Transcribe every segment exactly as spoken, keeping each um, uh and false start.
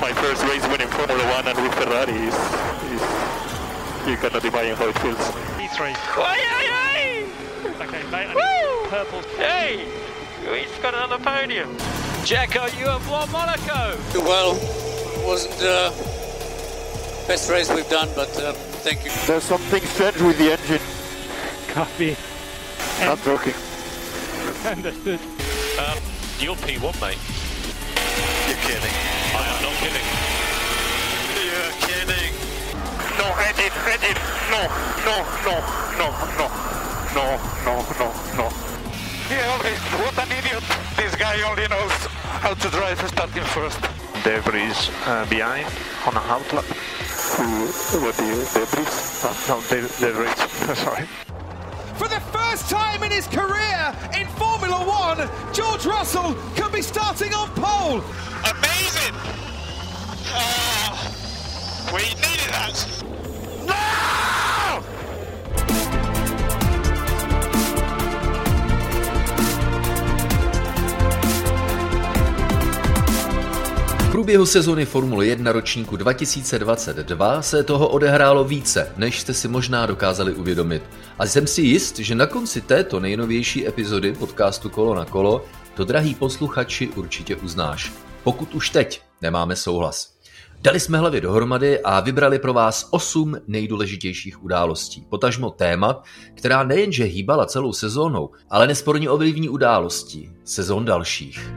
my first race winning Formula One and with Ferrari is, is you cannot imagine how it feels. E three. Oi, oi, oi! Okay, mate, I need purple. Hey! He's got another podium. Jacko, you have won Monaco! Well, it wasn't the uh, best race we've done, but um, thank you. There's something strange with the engine. Copy. Not joking. Understood. Um, you're P one, mate. You're kidding. I am not kidding. You're kidding. No, engine, engine. No, no, no, no, no. No, no, no, no. Yeah, okay. What an idiot. This guy only knows how to drive starting first. Debris uh, behind on a outlet. What do you, debris? Oh, no, de- debris, sorry. For the first time in his career in Formula One, George Russell could be starting on pole. Amazing! Oh, we needed that. No! V průběhu sezony Formule jedna ročníku dva tisíce dvacet dva se toho odehrálo více, než jste si možná dokázali uvědomit. A jsem si jist, že na konci této nejnovější epizody podcastu Kolo na kolo to, drahý posluchači, určitě uznáš. Pokud už teď nemáme souhlas. Dali jsme hlavy dohromady a vybrali pro vás osm nejdůležitějších událostí. Potažmo témat, která nejenže hýbala celou sezónou, ale nesporně ovlivní události sezón dalších.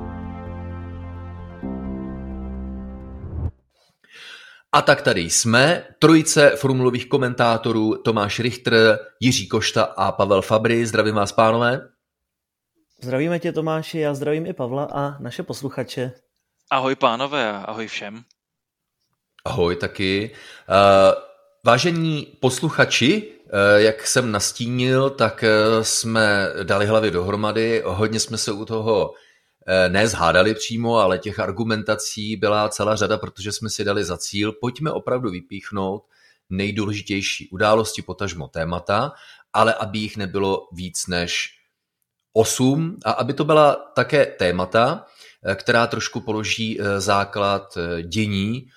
A tak tady jsme, trojice formulových komentátorů Tomáš Richter, Jiří Košta a Pavel Fabry. Zdravím vás, pánové. Zdravíme tě, Tomáši, já zdravím i Pavla a naše posluchače. Ahoj pánové a ahoj všem. Ahoj taky. Uh, vážení posluchači, uh, jak jsem nastínil, tak uh, jsme dali hlavy dohromady, hodně jsme se u toho nezhádali přímo, ale těch argumentací byla celá řada, protože jsme si dali za cíl, pojďme opravdu vypíchnout nejdůležitější události, potažmo témata, ale aby jich nebylo víc než osm a aby to byla také témata, která trošku položí základ dění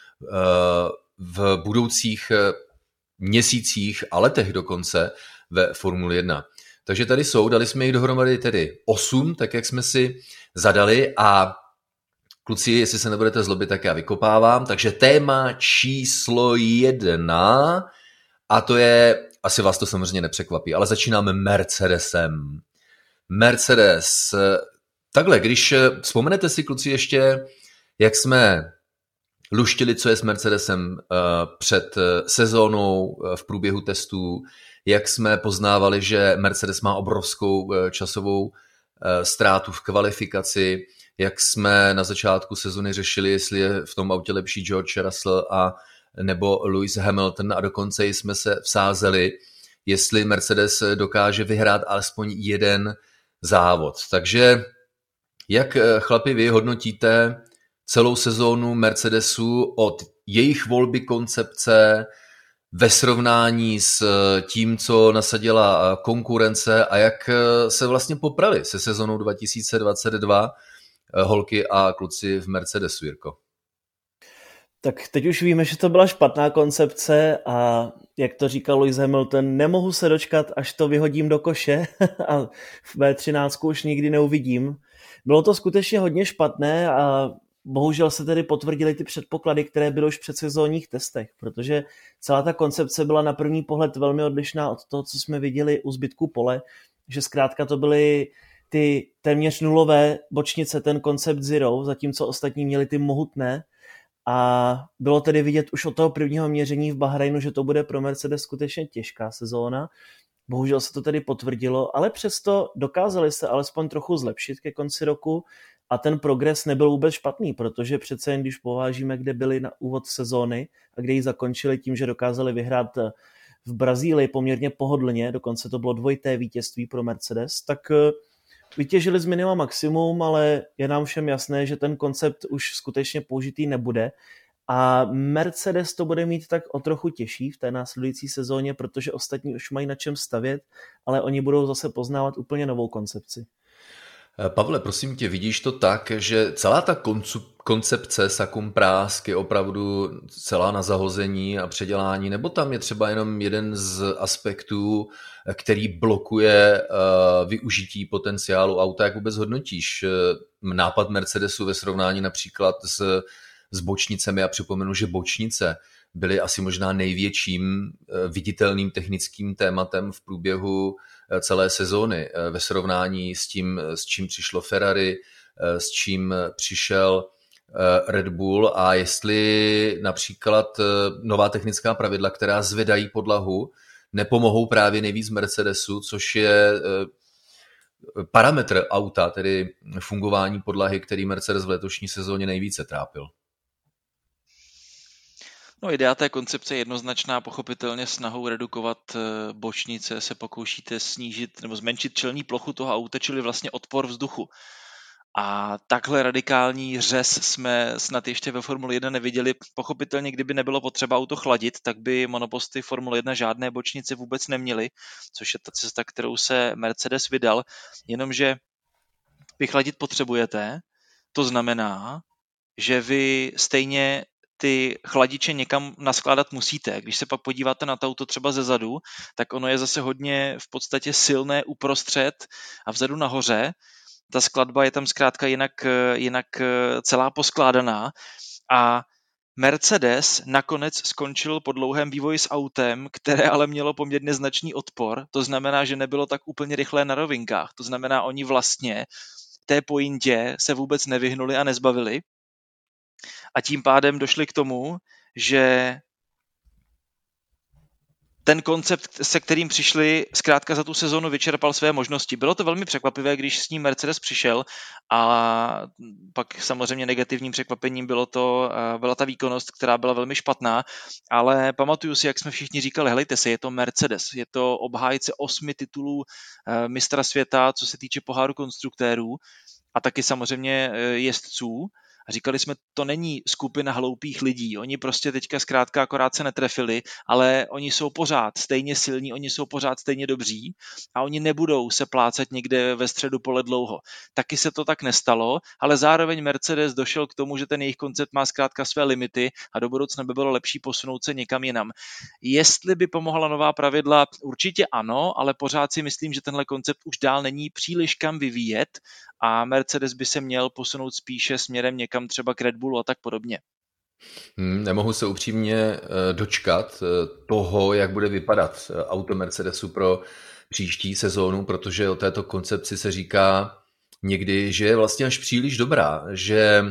v budoucích měsících a letech dokonce ve Formuli jedna. Takže tady jsou, dali jsme jich dohromady tedy osm, tak jak jsme si zadali a kluci, jestli se nebudete zlobit, tak já vykopávám. Takže téma číslo jedna a to je, asi vás to samozřejmě nepřekvapí, ale začínáme Mercedesem. Mercedes. Takhle, když vzpomenete si, kluci, ještě, jak jsme luštili, co je s Mercedesem před sezónou v průběhu testů, jak jsme poznávali, že Mercedes má obrovskou časovou ztrátu v kvalifikaci, jak jsme na začátku sezony řešili, jestli je v tom autě lepší George Russell a nebo Lewis Hamilton a dokonce jsme se vsázeli, jestli Mercedes dokáže vyhrát alespoň jeden závod. Takže jak, chlapi, vy hodnotíte celou sezónu Mercedesu od jejich volby koncepce ve srovnání s tím, co nasadila konkurence a jak se vlastně poprali se sezónou dva tisíce dvacet dva holky a kluci v Mercedesu, Jirko? Tak teď už víme, že to byla špatná koncepce a jak to říkal Lewis Hamilton, nemohu se dočkat, až to vyhodím do koše a v bé třináct už nikdy neuvidím. Bylo to skutečně hodně špatné a bohužel se tedy potvrdily ty předpoklady, které byly už v předsezónních testech, protože celá ta koncepce byla na první pohled velmi odlišná od toho, co jsme viděli u zbytku pole, že zkrátka to byly ty téměř nulové bočnice, ten koncept Zero, zatímco ostatní měli ty mohutné a bylo tedy vidět už od toho prvního měření v Bahrajnu, že to bude pro Mercedes skutečně těžká sezóna. Bohužel se to tedy potvrdilo, ale přesto dokázali se alespoň trochu zlepšit ke konci roku a ten progres nebyl vůbec špatný, protože přece jen když povážíme, kde byli na úvod sezóny a kde ji zakončili tím, že dokázali vyhrát v Brazílii poměrně pohodlně, dokonce to bylo dvojité vítězství pro Mercedes, tak vytěžili z minima maximum, ale je nám všem jasné, že ten koncept už skutečně použitý nebude a Mercedes to bude mít tak o trochu těžší v té následující sezóně, protože ostatní už mají na čem stavět, ale oni budou zase poznávat úplně novou koncepci. Pavle, prosím tě, vidíš to tak, že celá ta koncepce Sakum Prásk je opravdu celá na zahození a předělání, nebo tam je třeba jenom jeden z aspektů, který blokuje uh, využití potenciálu auta? Jak vůbec hodnotíš uh, nápad Mercedesu ve srovnání například s, s bočnicemi? A připomenu, že bočnice byly asi možná největším uh, viditelným technickým tématem v průběhu uh, celé sezóny uh, ve srovnání s tím, s čím přišlo Ferrari, uh, s čím přišel Red Bull, a jestli například nová technická pravidla, která zvedají podlahu, nepomohou právě nejvíc Mercedesu, což je parametr auta, tedy fungování podlahy, který Mercedes v letošní sezóně nejvíce trápil. No, idea té koncepce je jednoznačná, pochopitelně snahou redukovat bočnice se pokoušíte snížit nebo zmenšit čelní plochu toho auta, čili vlastně odpor vzduchu. A takhle radikální řez jsme snad ještě ve Formule jedna neviděli. Pochopitelně, kdyby nebylo potřeba auto chladit, tak by monoposty Formule jedna žádné bočnice vůbec neměly, což je ta cesta, kterou se Mercedes vydal. Jenomže vy chladit potřebujete, to znamená, že vy stejně ty chladiče někam naskládat musíte. Když se pak podíváte na to auto třeba ze zadu, tak ono je zase hodně v podstatě silné uprostřed a vzadu nahoře. Ta skladba je tam zkrátka jinak, jinak celá poskládaná a Mercedes nakonec skončil po dlouhém vývoji s autem, které ale mělo poměrně značný odpor, to znamená, že nebylo tak úplně rychlé na rovinkách, to znamená, oni vlastně té pointě se vůbec nevyhnuli a nezbavili a tím pádem došli k tomu, že ten koncept, se kterým přišli, zkrátka za tu sezonu vyčerpal své možnosti. Bylo to velmi překvapivé, když s ním Mercedes přišel a pak samozřejmě negativním překvapením bylo to, byla ta výkonnost, která byla velmi špatná, ale pamatuju si, jak jsme všichni říkali, helejte se, je to Mercedes, je to obhájce osmi titulů mistra světa, co se týče poháru konstruktérů a taky samozřejmě jezdců. A říkali jsme, to není skupina hloupých lidí, oni prostě teďka zkrátka akorát se netrefili, ale oni jsou pořád stejně silní, oni jsou pořád stejně dobří a oni nebudou se plácat někde ve středu pole dlouho. Taky se to tak nestalo, ale zároveň Mercedes došel k tomu, že ten jejich koncept má zkrátka své limity a do budoucna by bylo lepší posunout se někam jinam. Jestli by pomohla nová pravidla, určitě ano, ale pořád si myslím, že tenhle koncept už dál není příliš kam vyvíjet a Mercedes by se měl posunout spíše směrem někam třeba k Red Bullu a tak podobně. Hmm, nemohu se upřímně dočkat toho, jak bude vypadat auto Mercedesu pro příští sezónu, protože o této koncepci se říká někdy, že je vlastně až příliš dobrá, že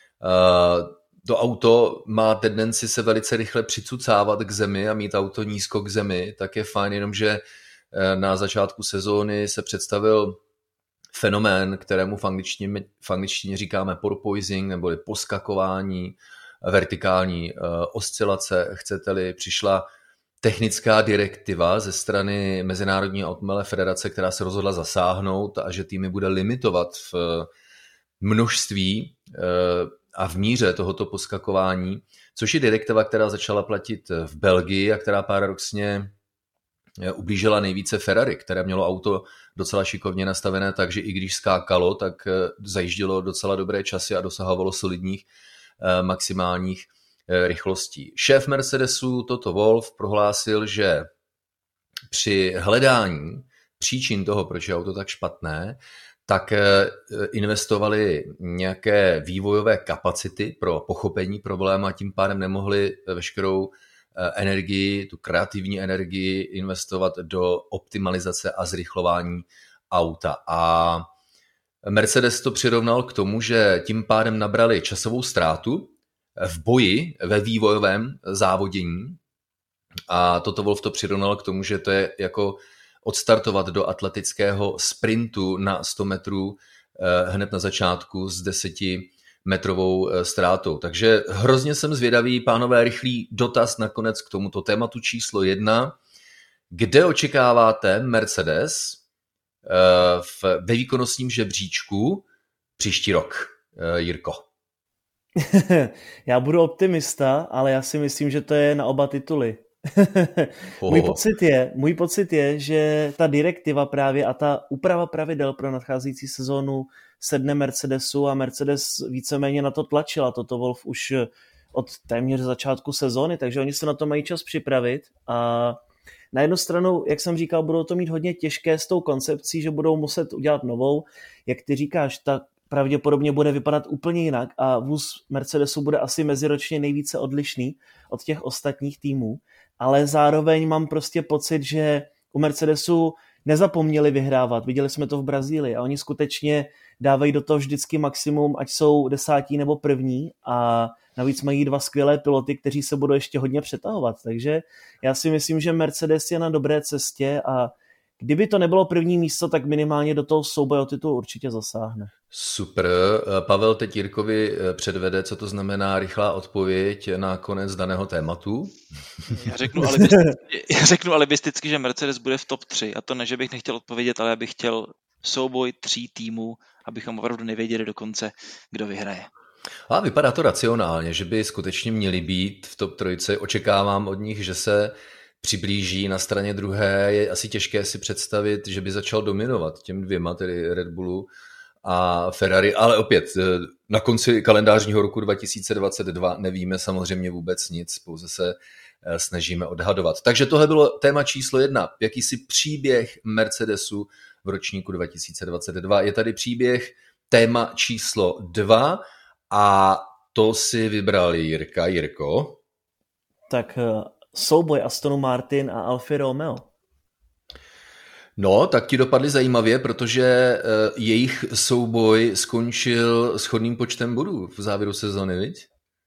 to auto má tendenci se velice rychle přicucávat k zemi a mít auto nízko k zemi, tak je fajn, jenomže na začátku sezóny se představil fenomén, kterému v angličtině, v angličtině říkáme porpoising, neboli poskakování, vertikální uh, oscilace, chcete-li, přišla technická direktiva ze strany Mezinárodní automobilové federace, která se rozhodla zasáhnout a že týmy bude limitovat v množství uh, a v míře tohoto poskakování, což je direktiva, která začala platit v Belgii a která paradoxně ublížila nejvíce Ferrari, které mělo auto docela šikovně nastavené, takže i když skákalo, tak zajíždělo docela dobré časy a dosahovalo solidních maximálních rychlostí. Šéf Mercedesu Toto Wolff prohlásil, že při hledání příčin toho, proč je auto tak špatné, tak investovali nějaké vývojové kapacity pro pochopení problému a tím pádem nemohli veškerou energii, tu kreativní energii investovat do optimalizace a zrychlování auta. A Mercedes to přirovnal k tomu, že tím pádem nabrali časovou ztrátu v boji ve vývojovém závodění a Toto Wolff to přirovnal k tomu, že to je jako odstartovat do atletického sprintu na sto metrů hned na začátku s deseti metrovou ztrátou. Takže hrozně jsem zvědavý, pánové, rychlý dotaz nakonec k tomuto tématu číslo jedna. Kde očekáváte Mercedes v, ve výkonnostním žebříčku příští rok, Jirko? Já budu optimista, ale já si myslím, že to je na oba tituly. můj, pocit je, můj pocit je, že ta direktiva právě a ta úprava pravidel pro nadcházející sezónu sedne Mercedesu a Mercedes víceméně na to tlačila Toto Wolff už od téměř začátku sezóny, takže oni se na to mají čas připravit a na jednu stranu, jak jsem říkal, budou to mít hodně těžké s tou koncepcí, že budou muset udělat novou. Jak ty říkáš, tak pravděpodobně bude vypadat úplně jinak a vůz Mercedesu bude asi meziročně nejvíce odlišný od těch ostatních týmů, ale zároveň mám prostě pocit, že u Mercedesu nezapomněli vyhrávat. Viděli jsme to v Brazílii a oni skutečně dávají do toho vždycky maximum, ať jsou desátí nebo první a navíc mají dva skvělé piloty, kteří se budou ještě hodně přetahovat. Takže já si myslím, že Mercedes je na dobré cestě a kdyby to nebylo první místo, tak minimálně do toho souboje o titul určitě zasáhne. Super. Pavel teď Jirkovi předvede, co to znamená rychlá odpověď na konec daného tématu. Já řeknu alibisticky, já řeknu alibisticky, že Mercedes bude v top tři a to ne, že bych nechtěl odpovědět, ale já bych chtěl souboj tří týmů, abychom opravdu nevěděli dokonce, kdo vyhraje. A vypadá to racionálně, že by skutečně měli být v top trojce. Očekávám od nich, že se přiblíží. Na straně druhé je asi těžké si představit, že by začal dominovat těm dvěma, tedy Red Bullu a Ferrari, ale opět na konci kalendářního roku dva tisíce dvacet dva nevíme samozřejmě vůbec nic, pouze se snažíme odhadovat. Takže tohle bylo téma číslo jedna, jakýsi příběh Mercedesu v ročníku dva tisíce dvacet dva. Je tady příběh téma číslo dva a to si vybral Jirka. Jirko? Tak souboj Astonu Martin a Alfy Romeo. No, tak ti dopadli zajímavě, protože uh, jejich souboj skončil shodným počtem bodů v závěru sezony, viď?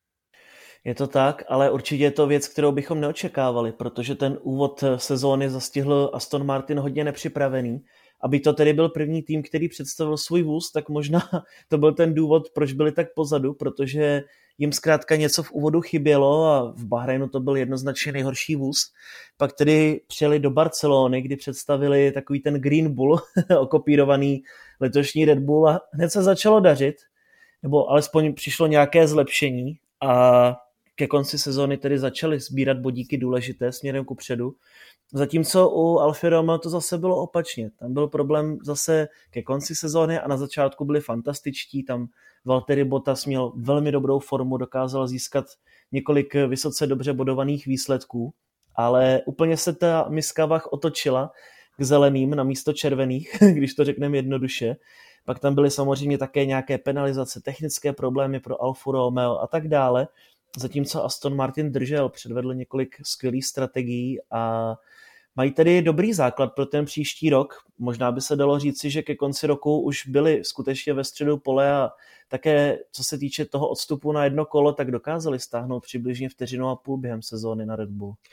Je to tak, ale určitě je to věc, kterou bychom neočekávali, protože ten úvod sezóny zastihl Aston Martin hodně nepřipravený. Aby to tedy byl první tým, který představil svůj vůz, tak možná to byl ten důvod, proč byli tak pozadu, protože jim zkrátka něco v úvodu chybělo a v Bahrajnu to byl jednoznačně nejhorší vůz. Pak tedy přijeli do Barcelony, kdy představili takový ten Green Bull, okopírovaný letošní Red Bull a hned se začalo dařit, nebo alespoň přišlo nějaké zlepšení a ke konci sezóny tedy začali sbírat bodíky důležité směrem kupředu. Zatímco u Alfy Romeo to zase bylo opačně. Tam byl problém zase ke konci sezóny a na začátku byli fantastičtí. Tam Valtteri Bottas měl velmi dobrou formu, dokázal získat několik vysoce dobře bodovaných výsledků, ale úplně se ta miska vah otočila k zeleným na místo červených, když to řekneme jednoduše. Pak tam byly samozřejmě také nějaké penalizace, technické problémy pro Alfu Romeo a tak dále. Zatímco Aston Martin držel, předvedl několik skvělých strategií a mají tedy dobrý základ pro ten příští rok. Možná by se dalo říci, že ke konci roku už byli skutečně ve středu pole a také, co se týče toho odstupu na jedno kolo, tak dokázali stáhnout přibližně vteřinu a půl během sezóny na Red Bull. Uh,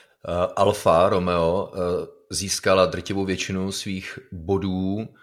Alfa Romeo uh, získala drtivou většinu svých bodů uh,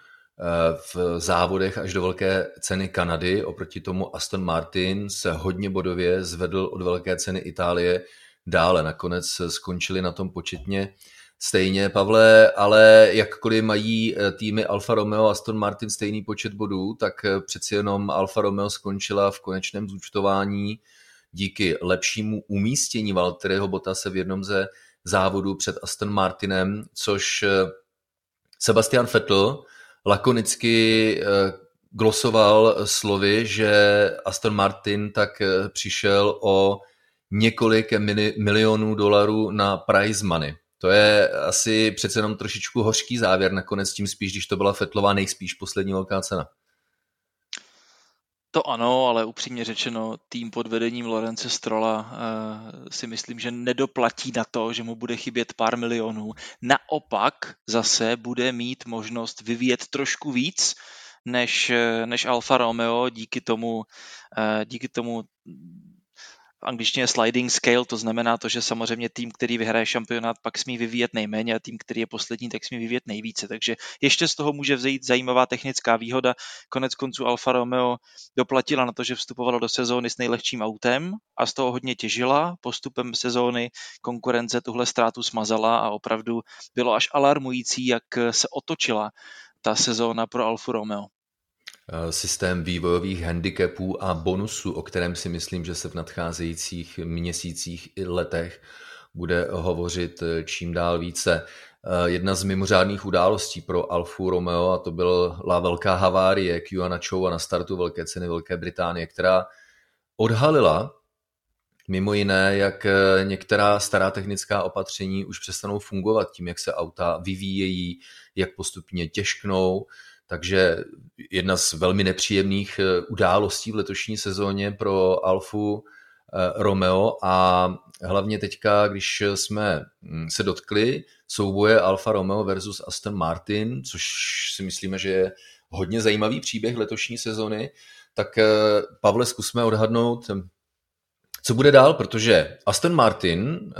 v závodech až do velké ceny Kanady. Oproti tomu Aston Martin se hodně bodově zvedl od velké ceny Itálie dále. Nakonec skončili na tom početně stejně, Pavle, ale jakkoliv mají týmy Alfa Romeo a Aston Martin stejný počet bodů, tak přeci jenom Alfa Romeo skončila v konečném zúčtování díky lepšímu umístění Valtteriho Bottase v jednom ze závodů před Aston Martinem, což Sebastian Vettel lakonicky glosoval slovy, že Aston Martin tak přišel o několik milionů dolarů na prize money. To je asi přece jenom trošičku hořký závěr nakonec, tím spíš, když to byla Vettelová nejspíš poslední velká cena. To ano, ale upřímně řečeno, tým pod vedením Lorence Strolla uh, si myslím, že nedoplatí na to, že mu bude chybět pár milionů. Naopak zase bude mít možnost vyvíjet trošku víc než, než Alfa Romeo díky tomu, uh, díky tomu v angličtině sliding scale, to znamená to, že samozřejmě tým, který vyhraje šampionát, pak smí vyvíjet nejméně a tým, který je poslední, tak smí vyvíjet nejvíce. Takže ještě z toho může vzejít zajímavá technická výhoda. Konec konců Alfa Romeo doplatila na to, že vstupovala do sezóny s nejlehčím autem a z toho hodně těžila. Postupem sezóny konkurence tuhle ztrátu smazala a opravdu bylo až alarmující, jak se otočila ta sezóna pro Alfu Romeo. Systém vývojových handicapů a bonusů, o kterém si myslím, že se v nadcházejících měsících i letech bude hovořit čím dál více. Jedna z mimořádných událostí pro Alfu Romeo, a to byla velká havárie Yuana Choua na startu Velké ceny Velké Británie, která odhalila mimo jiné, jak některá stará technická opatření už přestanou fungovat tím, jak se auta vyvíjejí, jak postupně těžknou. Takže jedna z velmi nepříjemných událostí v letošní sezóně pro Alfu Romeo a hlavně teďka, když jsme se dotkli souboje Alfa Romeo versus Aston Martin, což si myslíme, že je hodně zajímavý příběh letošní sezony, tak Pavle, zkusme odhadnout, co bude dál, protože Aston Martin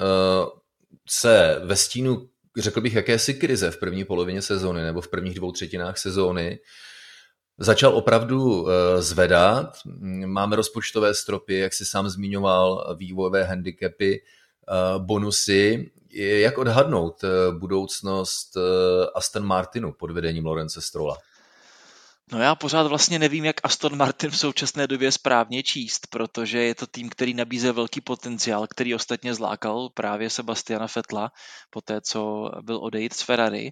se ve stínu, řekl bych, jakési krize v první polovině sezóny nebo v prvních dvou třetinách sezóny začal opravdu zvedat. Máme rozpočtové stropy, jak si sám zmiňoval, vývojové handicapy, bonusy. Jak odhadnout budoucnost Aston Martinu pod vedením Lawrence Strolla? No já pořád vlastně nevím, jak Aston Martin v současné době správně číst, protože je to tým, který nabízí velký potenciál, který ostatně zlákal právě Sebastiana Vettela po té, co byl odejít z Ferrari.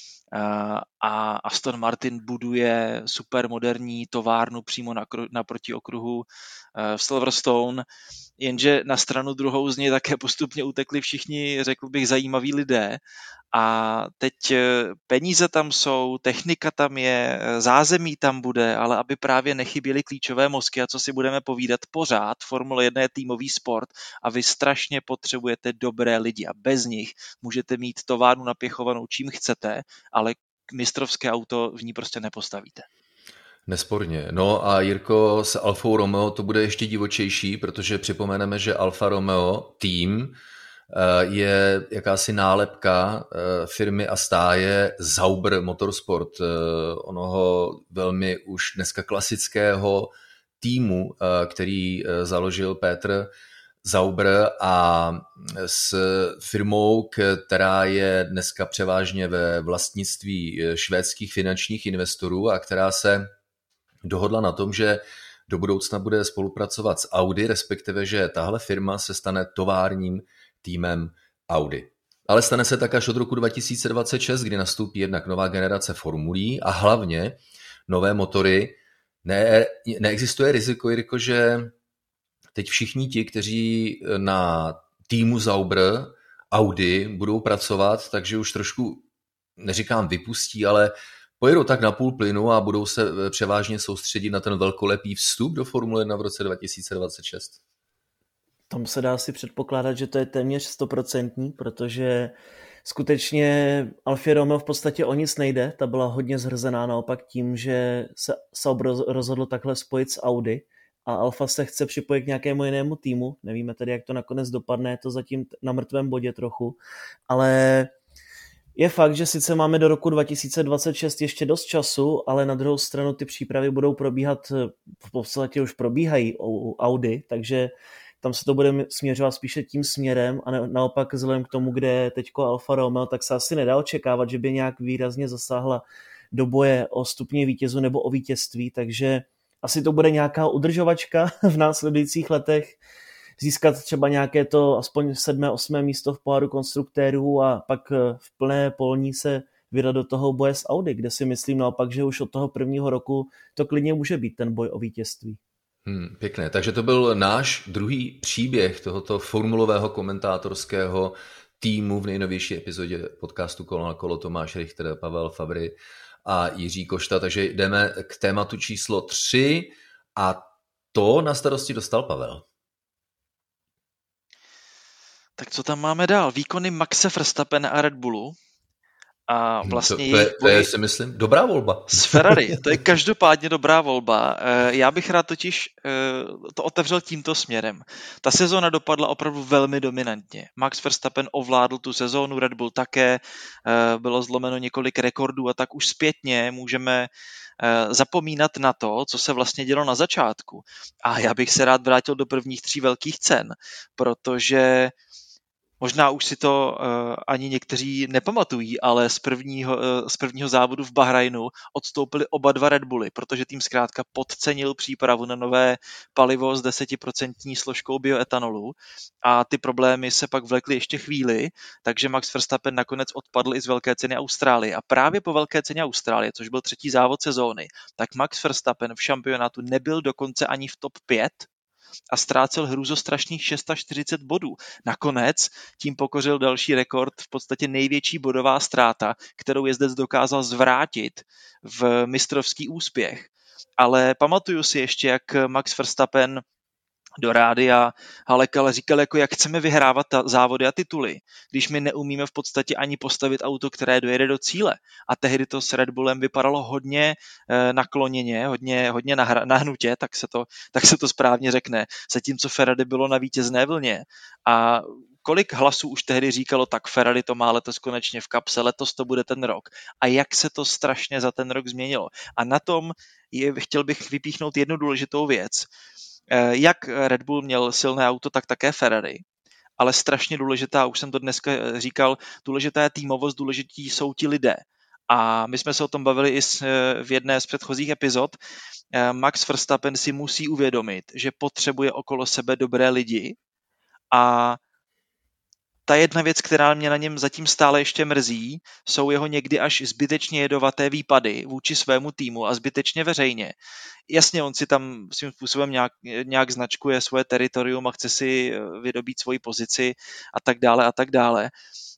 A Aston Martin buduje super moderní továrnu přímo naproti okruhu v Silverstone, jenže na stranu druhou z něj také postupně utekli všichni, řekl bych, zajímaví lidé. A teď peníze tam jsou, technika tam je, zázemí tam bude, ale aby právě nechyběly klíčové mozky, a co si budeme povídat, pořád Formule jedna je týmový sport a vy strašně potřebujete dobré lidi a bez nich můžete mít továrnu napěchovanou čím chcete, ale mistrovské auto v ní prostě nepostavíte. Nesporně. No a Jirko, s Alfou Romeo to bude ještě divočejší, protože připomeneme, že Alfa Romeo tým je jakási nálepka firmy a stáje Sauber Motorsport, onoho velmi už dneska klasického týmu, který založil Petr Sauber, a s firmou, která je dneska převážně ve vlastnictví švédských finančních investorů a která se dohodla na tom, že do budoucna bude spolupracovat s Audi, respektive, že tahle firma se stane továrním týmem Audi. Ale stane se tak až od roku dva tisíce dvacet šest, kdy nastoupí jednak nová generace formulí a hlavně nové motory. Ne, neexistuje riziko, Jirko, že teď všichni ti, kteří na týmu Sauber Audi budou pracovat, takže už trošku, neříkám vypustí, ale pojedou tak na půl plynu a budou se převážně soustředit na ten velkolepý vstup do Formule jedna v roce dva tisíce dvacet šest. Tam se dá si předpokládat, že to je téměř stoprocentní, protože skutečně Alfě Romeo v podstatě o nic nejde. Ta byla hodně zhrzená naopak tím, že se Sauber rozhodl takhle spojit s Audi a Alfa se chce připojit k nějakému jinému týmu. Nevíme tedy, jak to nakonec dopadne, je to zatím na mrtvém bodě trochu, ale je fakt, že sice máme do roku dva tisíce dvacet šest ještě dost času, ale na druhou stranu ty přípravy budou probíhat, v podstatě už probíhají u Audi, takže tam se to bude směřovat spíše tím směrem a naopak vzhledem k tomu, kde je teďko Alfa Romeo, tak se asi nedá očekávat, že by nějak výrazně zasáhla do boje o stupně vítězu nebo o vítězství, takže asi to bude nějaká udržovačka v následujících letech, získat třeba nějaké to aspoň sedmé, osmé místo v poháru konstruktérů a pak v plné polní se vydat do toho boje s Audi, kde si myslím naopak, že už od toho prvního roku to klidně může být ten boj o vítězství. Hmm, pěkné, takže to byl náš druhý příběh tohoto formulového komentátorského týmu v nejnovější epizodě podcastu Kolo na kolo. Tomáš Richter, Pavel Fabry a Jiří Košta, takže jdeme k tématu číslo tři a to na starosti dostal Pavel. Tak co tam máme dál? Výkony Maxe Verstappena a Red Bullu. A vlastně to, to, je, to je, si myslím, dobrá volba. S Ferrari, to je každopádně dobrá volba. Já bych rád totiž to otevřel tímto směrem. Ta sezóna dopadla opravdu velmi dominantně. Max Verstappen ovládl tu sezónu, Red Bull také, bylo zlomeno několik rekordů a tak už zpětně můžeme zapomínat na to, co se vlastně dělo na začátku. A já bych se rád vrátil do prvních tří velkých cen, protože Možná už si to uh, ani někteří nepamatují, ale z prvního, uh, z prvního závodu v Bahrajnu odstoupili oba dva Red Bully, protože tým zkrátka podcenil přípravu na nové palivo s desetiprocentní složkou bioetanolu a ty problémy se pak vlekly ještě chvíli, takže Max Verstappen nakonec odpadl i z velké ceny Austrálie. A právě po velké ceně Austrálie, což byl třetí závod sezóny, tak Max Verstappen v šampionátu nebyl dokonce ani v top pět, a ztrácel hrůzostrašných čtyřicet šest bodů. Nakonec tím pokořil další rekord, v podstatě největší bodová ztráta, kterou jezdec dokázal zvrátit v mistrovský úspěch. Ale pamatuju si ještě, jak Max Verstappen do rádia Halekala říkal, jako jak chceme vyhrávat ta závody a tituly, když my neumíme v podstatě ani postavit auto, které dojede do cíle. A tehdy to s Red Bullem vypadalo hodně eh, nakloněně, hodně, hodně nahra, nahnutě, tak se, to, tak se to správně řekne, zatímco Ferrari bylo na vítězné vlně. A kolik hlasů už tehdy říkalo, tak Ferrari to má letos konečně v kapse, letos to bude ten rok. A jak se to strašně za ten rok změnilo. A na tom je, chtěl bych vypíchnout jednu důležitou věc. Jak Red Bull měl silné auto, tak také Ferrari. Ale strašně důležitá, už jsem to dneska říkal, důležitá je týmovost, důležití jsou ti lidé. A my jsme se o tom bavili i v jedné z předchozích epizod. Max Verstappen si musí uvědomit, že potřebuje okolo sebe dobré lidi a ta jedna věc, která mě na něm zatím stále ještě mrzí, jsou jeho někdy až zbytečně jedovaté výpady vůči svému týmu a zbytečně veřejně. Jasně, on si tam svým způsobem nějak, nějak značkuje svoje teritorium a chce si vydobít svoji pozici a tak dále a tak dále,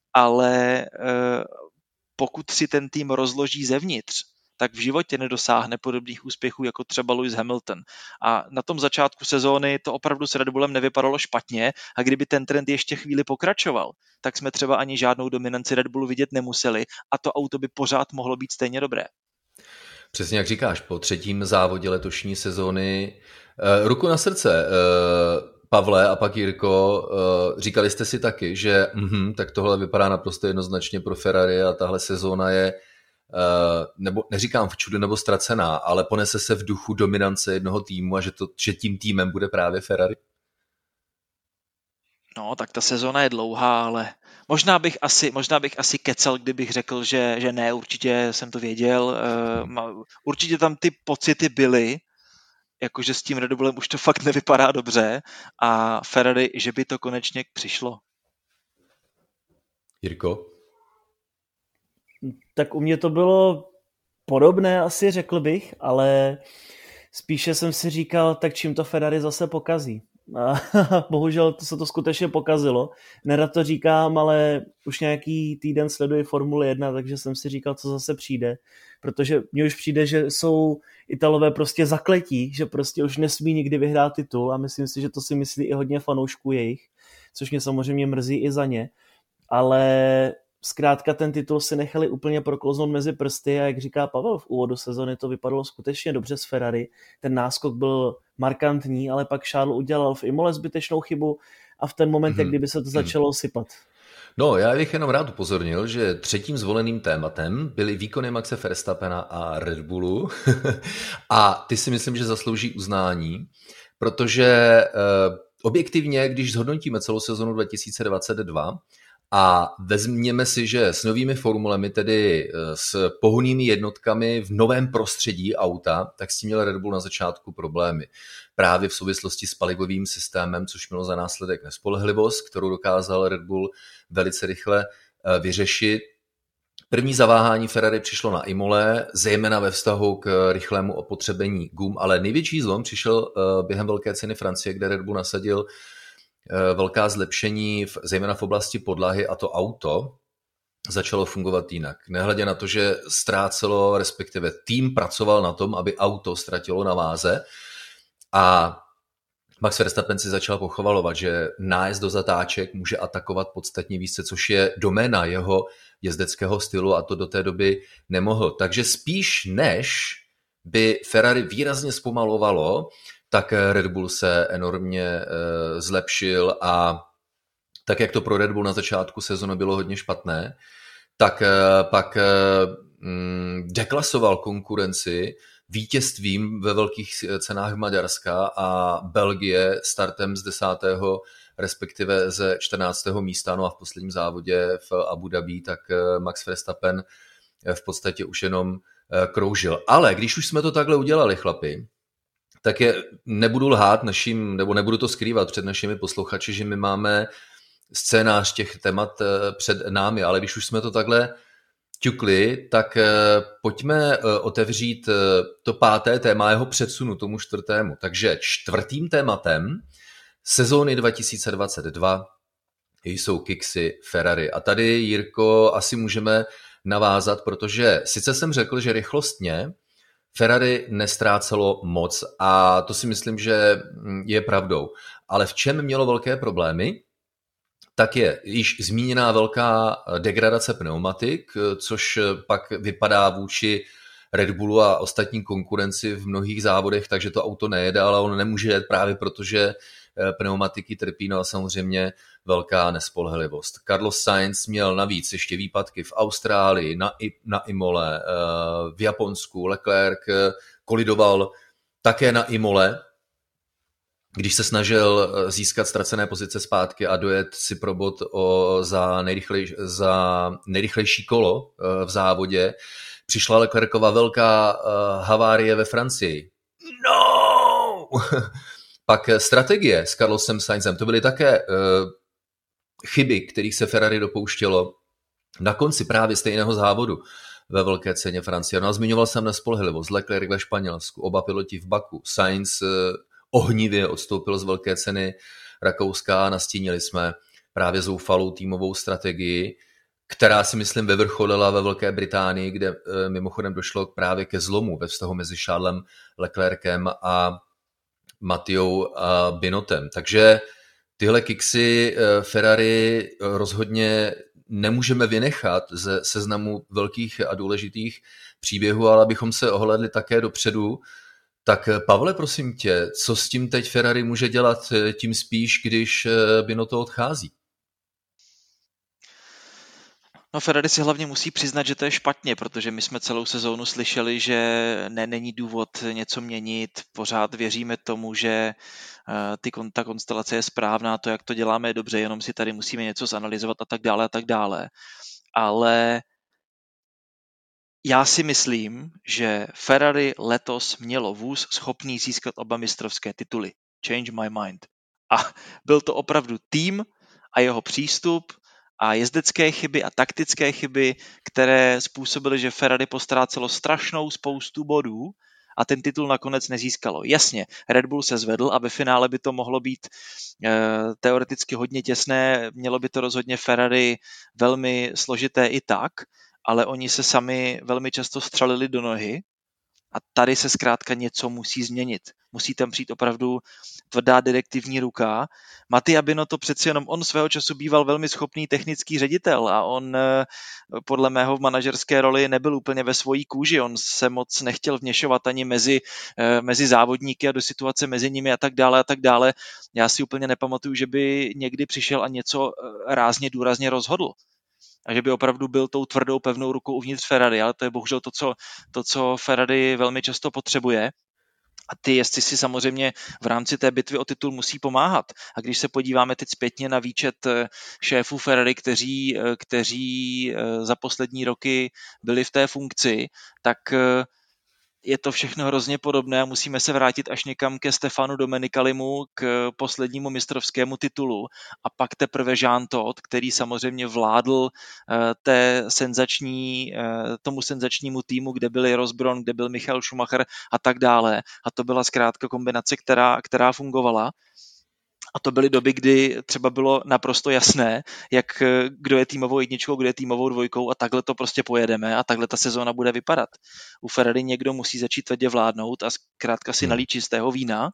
ale eh, pokud si ten tým rozloží zevnitř, tak v životě nedosáhne podobných úspěchů jako třeba Lewis Hamilton. A na tom začátku sezóny to opravdu s Red Bullem nevypadalo špatně a kdyby ten trend ještě chvíli pokračoval, tak jsme třeba ani žádnou dominanci Red Bullu vidět nemuseli a to auto by pořád mohlo být stejně dobré. Přesně jak říkáš, po třetím závodě letošní sezóny, uh, ruku na srdce, uh, Pavle a pak Jirko, uh, říkali jste si taky, že uh, tak tohle vypadá naprosto jednoznačně pro Ferrari a tahle sezóna je Uh, nebo neříkám v čudu nebo ztracená, ale ponese se v duchu dominance jednoho týmu a že, to, že tím týmem bude právě Ferrari? No, tak ta sezóna je dlouhá, ale možná bych asi, možná bych asi kecal, kdybych řekl, že, že ne, určitě jsem to věděl. Uh, určitě tam ty pocity byly, jakože s tím Red Bullem už to fakt nevypadá dobře a Ferrari, že by to konečně přišlo. Jirko? Tak u mě to bylo podobné, asi řekl bych, ale spíše jsem si říkal, tak čím to Ferrari zase pokazí. A bohužel to se to skutečně pokazilo. Nerad to říkám, ale už nějaký týden sleduji Formule jedna, takže jsem si říkal, co zase přijde. Protože mně už přijde, že jsou Italové prostě zakletí, že prostě už nesmí nikdy vyhrát titul a myslím si, že to si myslí i hodně fanoušků jejich, což mě samozřejmě mrzí i za ně. Ale zkrátka ten titul si nechali úplně proklouznout mezi prsty a jak říká Pavel, v úvodu sezony to vypadalo skutečně dobře s Ferrari. Ten náskok byl markantní, ale pak Charles udělal v Imole zbytečnou chybu a v ten moment, mm-hmm. jak kdyby se to začalo sypat. No, já bych jenom rád upozornil, že třetím zvoleným tématem byly výkony Maxe Verstappena a Red Bullu a ty si myslím, že zaslouží uznání, protože eh, objektivně, když zhodnotíme celou sezonu dva tisíce dvacet dva, a vezměme si, že s novými formulemi, tedy s pohonnými jednotkami v novém prostředí auta, tak s tím měl Red Bull na začátku problémy. Právě v souvislosti s palivovým systémem, což mělo za následek nespolehlivost, kterou dokázal Red Bull velice rychle vyřešit. První zaváhání Ferrari přišlo na Imole, zejména ve vztahu k rychlému opotřebení gum, ale největší zlom přišel během velké ceny Francie, kde Red Bull nasadil velká zlepšení, v, zejména v oblasti podlahy a to auto začalo fungovat jinak. Nehledě na to, že ztrácelo, respektive tým pracoval na tom, aby auto ztratilo na váze a Max Verstappen si začal pochvalovat, že nájezd do zatáček může atakovat podstatně více, což je doména jeho jezdeckého stylu a to do té doby nemohl. Takže spíš než by Ferrari výrazně zpomalovalo, tak Red Bull se enormně e, zlepšil a tak, jak to pro Red Bull na začátku sezóny bylo hodně špatné, tak e, pak e, m, deklasoval konkurenci vítězstvím ve velkých cenách Maďarska a Belgie startem z desátého respektive ze čtrnáctého místa, no a v posledním závodě v Abu Dhabi, tak Max Verstappen v podstatě už jenom kroužil. Ale když už jsme to takhle udělali, chlapi, tak je, nebudu lhát našim, nebo nebudu to skrývat před našimi posluchači, že my máme scénář těch témat před námi, ale když už jsme to takhle ťukli, tak pojďme otevřít to páté téma, jeho předsunu tomu čtvrtému. Takže čtvrtým tématem sezóny dva tisíce dvacet dva jsou kiksy Ferrari. A tady, Jirko, asi můžeme navázat, protože sice jsem řekl, že rychlostně Ferrari nestrácelo moc a to si myslím, že je pravdou. Ale v čem mělo velké problémy, tak je již zmíněná velká degradace pneumatik, což pak vypadá vůči Red Bullu a ostatní konkurenci v mnohých závodech, takže to auto nejede, ale on nemůže jet právě protože pneumatiky trpí, no a samozřejmě velká nespolehlivost. Carlos Sainz měl navíc ještě výpadky v Austrálii, na, na Imole, v Japonsku. Leclerc kolidoval také na Imole, když se snažil získat ztracené pozice zpátky a dojet si pro bod o, za, nejrychlej, za nejrychlejší kolo v závodě. Přišla Leclercova velká havárie ve Francii. No! Pak strategie s Carlosem Sainzem, to byly také uh, chyby, kterých se Ferrari dopouštělo na konci právě stejného závodu ve velké ceně Francie. No a zmiňoval jsem nespolehlivost, Leclerc ve Španělsku, oba piloti v Baku. Sainz uh, ohnivě odstoupil z velké ceny Rakouska a nastínili jsme právě zoufalou týmovou strategii, která si myslím vyvrcholila ve Velké Británii, kde uh, mimochodem došlo právě ke zlomu ve vztahu mezi Charlesem Leclercem a Mattiou a Binottem. Takže tyhle kiksy Ferrari rozhodně nemůžeme vynechat ze seznamu velkých a důležitých příběhů, ale abychom se ohlédli také dopředu. Tak Pavle, prosím tě, co s tím teď Ferrari může dělat, tím spíš, když Binotto odchází? No Ferrari si hlavně musí přiznat, že to je špatně, protože my jsme celou sezónu slyšeli, že ne, není důvod něco měnit, pořád věříme tomu, že ty, ta konstelace je správná, to, jak to děláme, je dobře, jenom si tady musíme něco zanalyzovat a tak dále a tak dále. Ale já si myslím, že Ferrari letos mělo vůz schopný získat oba mistrovské tituly. Change my mind. A byl to opravdu tým a jeho přístup a jezdecké chyby a taktické chyby, které způsobily, že Ferrari postrácelo strašnou spoustu bodů a ten titul nakonec nezískalo. Jasně, Red Bull se zvedl a ve finále by to mohlo být e, teoreticky hodně těsné, mělo by to rozhodně Ferrari velmi složité i tak, ale oni se sami velmi často střelili do nohy a tady se zkrátka něco musí změnit. Musí tam přijít opravdu tvrdá direktivní ruka. Mattia Binotto přeci jenom on svého času býval velmi schopný technický ředitel a on podle mého v manažerské roli nebyl úplně ve svojí kůži. On se moc nechtěl vměšovat ani mezi, mezi závodníky a do situace mezi nimi a tak dále a tak dále. Já si úplně nepamatuju, že by někdy přišel a něco rázně důrazně rozhodl. A že by opravdu byl tou tvrdou pevnou rukou uvnitř Ferrari, ale to je bohužel to, co, to, co Ferrari velmi často potřebuje. A ty jezdci si samozřejmě v rámci té bitvy o titul musí pomáhat. A když se podíváme teď zpětně na výčet šéfů Ferrari, kteří, kteří za poslední roky byli v té funkci, tak je to všechno hrozně podobné a musíme se vrátit až někam ke Stefanu Domenicalimu, k poslednímu mistrovskému titulu a pak teprve Jean Todt, který samozřejmě vládl té senzační, tomu senzačnímu týmu, kde byl Ross Brown, kde byl Michael Schumacher a tak dále. A to byla zkrátka kombinace, která, která fungovala. A to byly doby, kdy třeba bylo naprosto jasné, jak, kdo je týmovou jedničkou, kdo je týmovou dvojkou a takhle to prostě pojedeme a takhle ta sezóna bude vypadat. U Ferrari někdo musí začít tvrdě vládnout a zkrátka si nalít čistého vína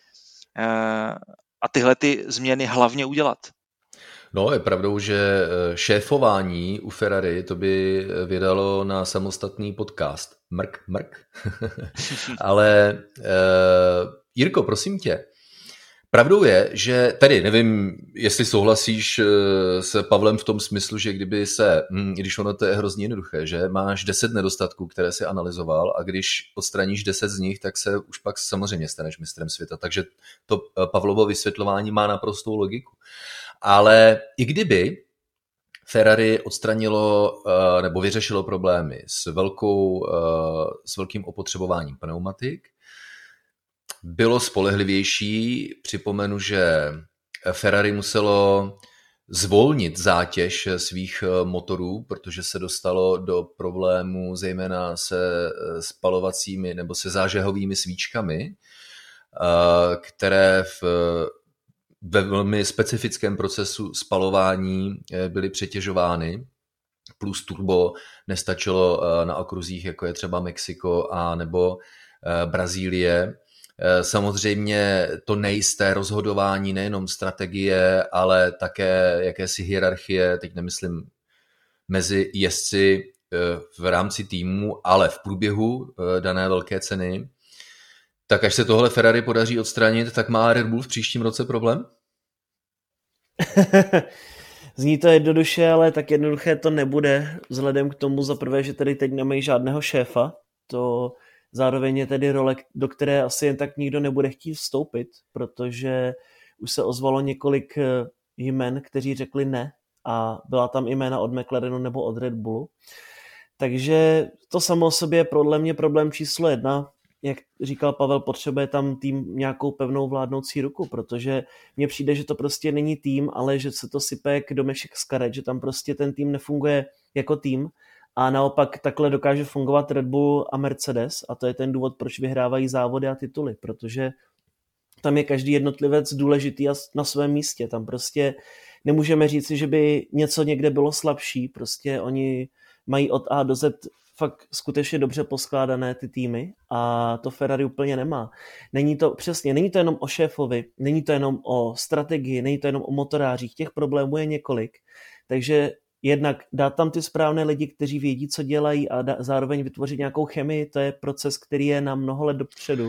a tyhle ty změny hlavně udělat. No, je pravdou, že šéfování u Ferrari to by vydalo na samostatný podcast. Mrk, mrk. Ale uh, Jirko, prosím tě, pravdou je, že tady nevím, jestli souhlasíš s Pavlem v tom smyslu, že kdyby se, hm, když ono to je hrozně jednoduché, že máš deset nedostatků, které si analyzoval a když odstraníš deset z nich, tak se už pak samozřejmě staneš mistrem světa. Takže to Pavlovo vysvětlování má naprostou logiku. Ale i kdyby Ferrari odstranilo nebo vyřešilo problémy s, velkou, s velkým opotřebováním pneumatik, bylo spolehlivější. Připomenu, že Ferrari muselo zvolnit zátěž svých motorů, protože se dostalo do problémů zejména se spalovacími nebo se zážehovými svíčkami, které v, ve velmi specifickém procesu spalování byly přetěžovány, plus turbo nestačilo na okruzích, jako je třeba Mexiko a nebo Brazílie. Samozřejmě to nejisté rozhodování, nejenom strategie, ale také jakési hierarchie, teď nemyslím mezi jezdci v rámci týmu, ale v průběhu dané velké ceny. Tak až se tohle Ferrari podaří odstranit, tak má Red Bull v příštím roce problém? Zní to jednoduše, ale tak jednoduché to nebude, vzhledem k tomu za prvé, že tady teď nemají žádného šéfa, to zároveň je tedy role, do které asi jen tak nikdo nebude chtít vstoupit, protože už se ozvalo několik jmen, kteří řekli ne a byla tam jména od McLarenu nebo od Red Bullu. Takže to samo o sobě je podle mě problém číslo jedna. Jak říkal Pavel, potřebuje tam tým nějakou pevnou vládnoucí ruku, protože mně přijde, že to prostě není tým, ale že se to sype jak domešek z karet, že tam prostě ten tým nefunguje jako tým a naopak takhle dokáže fungovat Red Bull a Mercedes a to je ten důvod, proč vyhrávají závody a tituly, protože tam je každý jednotlivec důležitý a na svém místě. Tam prostě nemůžeme říci, že by něco někde bylo slabší, prostě oni mají od A do Z fakt skutečně dobře poskládané ty týmy a to Ferrari úplně nemá. Není to přesně, není to jenom o šéfovi, není to jenom o strategii, není to jenom o motorářích, těch problémů je několik, takže jednak dát tam ty správné lidi, kteří vědí, co dělají a da- zároveň vytvořit nějakou chemii, to je proces, který je na mnoho let dopředu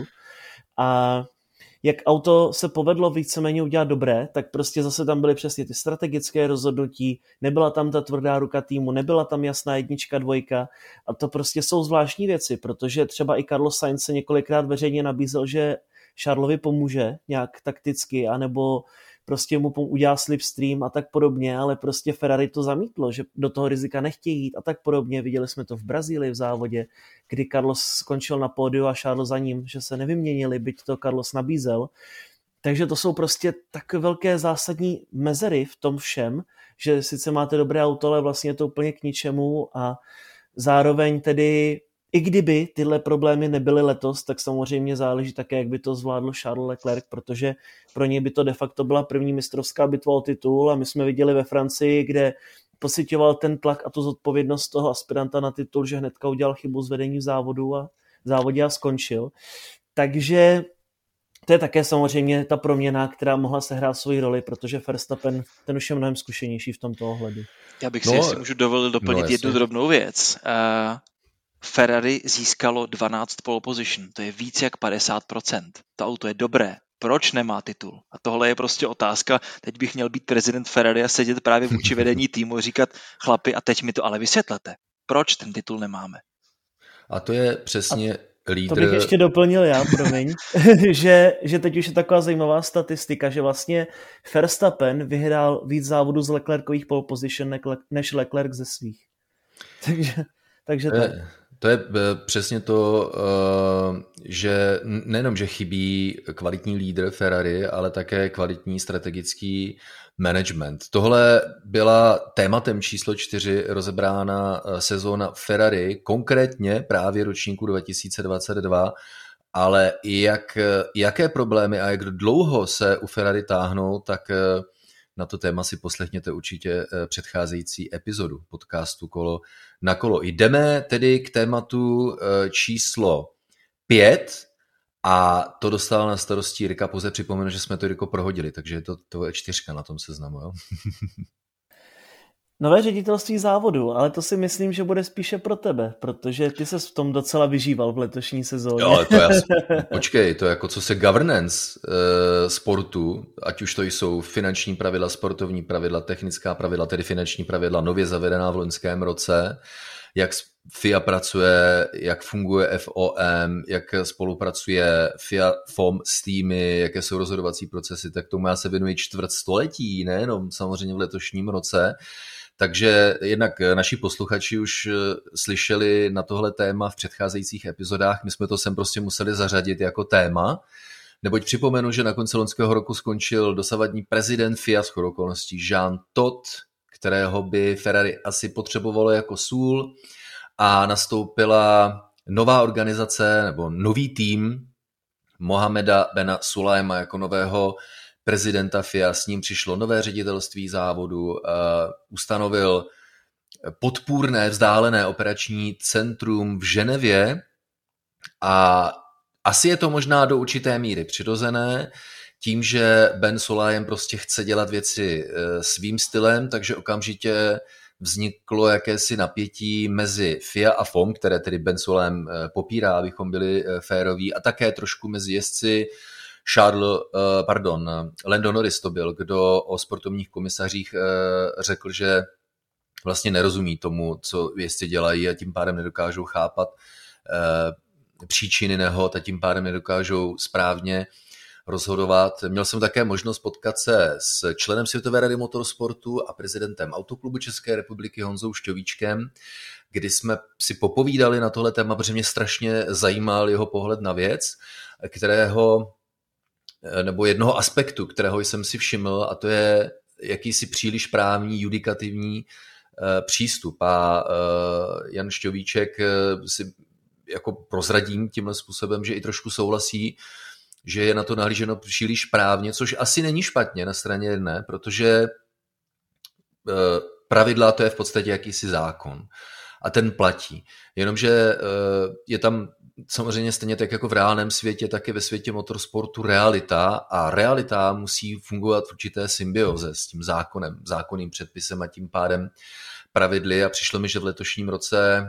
a jak auto se povedlo víceméně udělat dobré, tak prostě zase tam byly přesně ty strategické rozhodnutí, nebyla tam ta tvrdá ruka týmu, nebyla tam jasná jednička, dvojka a to prostě jsou zvláštní věci, protože třeba i Carlos Sainz se několikrát veřejně nabízel, že Charlesovi pomůže nějak takticky, anebo prostě mu udělá slipstream a tak podobně, ale prostě Ferrari to zamítlo, že do toho rizika nechtějí jít a tak podobně. Viděli jsme to v Brazílii v závodě, kdy Carlos skončil na pódiu a Charles za ním, že se nevyměnili, byť to Carlos nabízel. Takže to jsou prostě tak velké zásadní mezery v tom všem, že sice máte dobré auto, ale vlastně je to úplně k ničemu a zároveň tedy i kdyby tyhle problémy nebyly letos, tak samozřejmě záleží také, jak by to zvládl Charles Leclerc, protože pro něj by to de facto byla první mistrovská bitva o titul a my jsme viděli ve Francii, kde pociťoval ten tlak a tu zodpovědnost toho aspiranta na titul, že hnedka udělal chybu z vedení závodu a v závodě a skončil. Takže to je také samozřejmě ta proměna, která mohla sehrát svoji roli, protože Verstappen, ten už je mnohem zkušenější v tomto ohledu. Já bych si, no, jestli můžu dovolit doplnit no, jednu drobnou věc. Uh... Ferrari získalo dvanáct pole position, to je víc jak padesát procent. To auto je dobré, proč nemá titul? A tohle je prostě otázka, teď bych měl být prezident Ferrari a sedět právě vůči vedení týmu a říkat, chlapi, a teď mi to ale vysvětlete, proč ten titul nemáme? A to je přesně a lídr... To bych ještě doplnil já, promiň, že, že teď už je taková zajímavá statistika, že vlastně Verstappen vyhrál víc závodů z Leclercových pole position než Leclerc ze svých. Takže, takže tak. To je přesně to, že nejenom, že chybí kvalitní lídr Ferrari, ale také kvalitní strategický management. Tohle byla tématem číslo čtyři rozebrána sezóna Ferrari, konkrétně právě ročníku dva tisíce dvacet dva, ale jak, jaké problémy a jak dlouho se u Ferrari táhnou, tak na to téma si poslechněte určitě předcházející epizodu podcastu Kolo na kolo. Jdeme tedy k tématu číslo pět a to dostal na starosti Rika. Pouze připomenu, že jsme to Riko prohodili, takže je to, to je čtyřka na tom seznamu. Jo? Nové ředitelství závodu, ale to si myslím, že bude spíše pro tebe, protože ty ses v tom docela vyžíval v letošní sezóně. Jo, to já, počkej, to jako co se governance e, sportu, ať už to jsou finanční pravidla, sportovní pravidla, technická pravidla, tedy finanční pravidla nově zavedená v loňském roce, jak F I A pracuje, jak funguje F O M, jak spolupracuje F I A F O M s týmy, jaké jsou rozhodovací procesy, tak tomu já se věnuji čtvrt století, nejenom samozřejmě v letošním roce. Takže jednak naši posluchači už slyšeli na tohle téma v předcházejících epizodách, my jsme to sem prostě museli zařadit jako téma, neboť připomenu, že na konci loňského roku skončil dosavadní prezident F I A shodou okolností Jean Todt, kterého by Ferrari asi potřebovalo jako sůl, a nastoupila nová organizace nebo nový tým Mohameda Bena Sulajma jako nového prezidenta F I A, s ním přišlo nové ředitelství závodu, uh, ustanovil podpůrné vzdálené operační centrum v Ženevě a asi je to možná do určité míry přirozené, tím, že Ben Sulayem prostě chce dělat věci uh, svým stylem, takže okamžitě vzniklo jakési napětí mezi F I A a F O M, které tedy Ben Sulayem uh, popírá, abychom byli uh, féroví, a také trošku mezi jezdci. Charles, pardon, Lando Norris to byl, kdo o sportovních komisařích řekl, že vlastně nerozumí tomu, co jezdci dělají, a tím pádem nedokážou chápat příčiny nehod a tím pádem nedokážou správně rozhodovat. Měl jsem také možnost potkat se s členem Světové rady motorsportu a prezidentem Autoklubu České republiky Honzou Šťovíčkem, kdy jsme si popovídali na tohle téma, protože mě strašně zajímal jeho pohled na věc, kterého nebo jednoho aspektu, kterého jsem si všiml, a to je jakýsi příliš právní, judikativní uh, přístup. A uh, Jan Šťovíček uh, si jako prozradím tímhle způsobem, že i trošku souhlasí, že je na to nahlíženo příliš právně, což asi není špatně na straně jedné, protože uh, pravidla to je v podstatě jakýsi zákon a ten platí. Jenomže uh, je tam samozřejmě stejně tak jako v reálném světě, tak i ve světě motorsportu realita, a realita musí fungovat v určité symbioze s tím zákonem, zákonným předpisem a tím pádem pravidly, a přišlo mi, že v letošním roce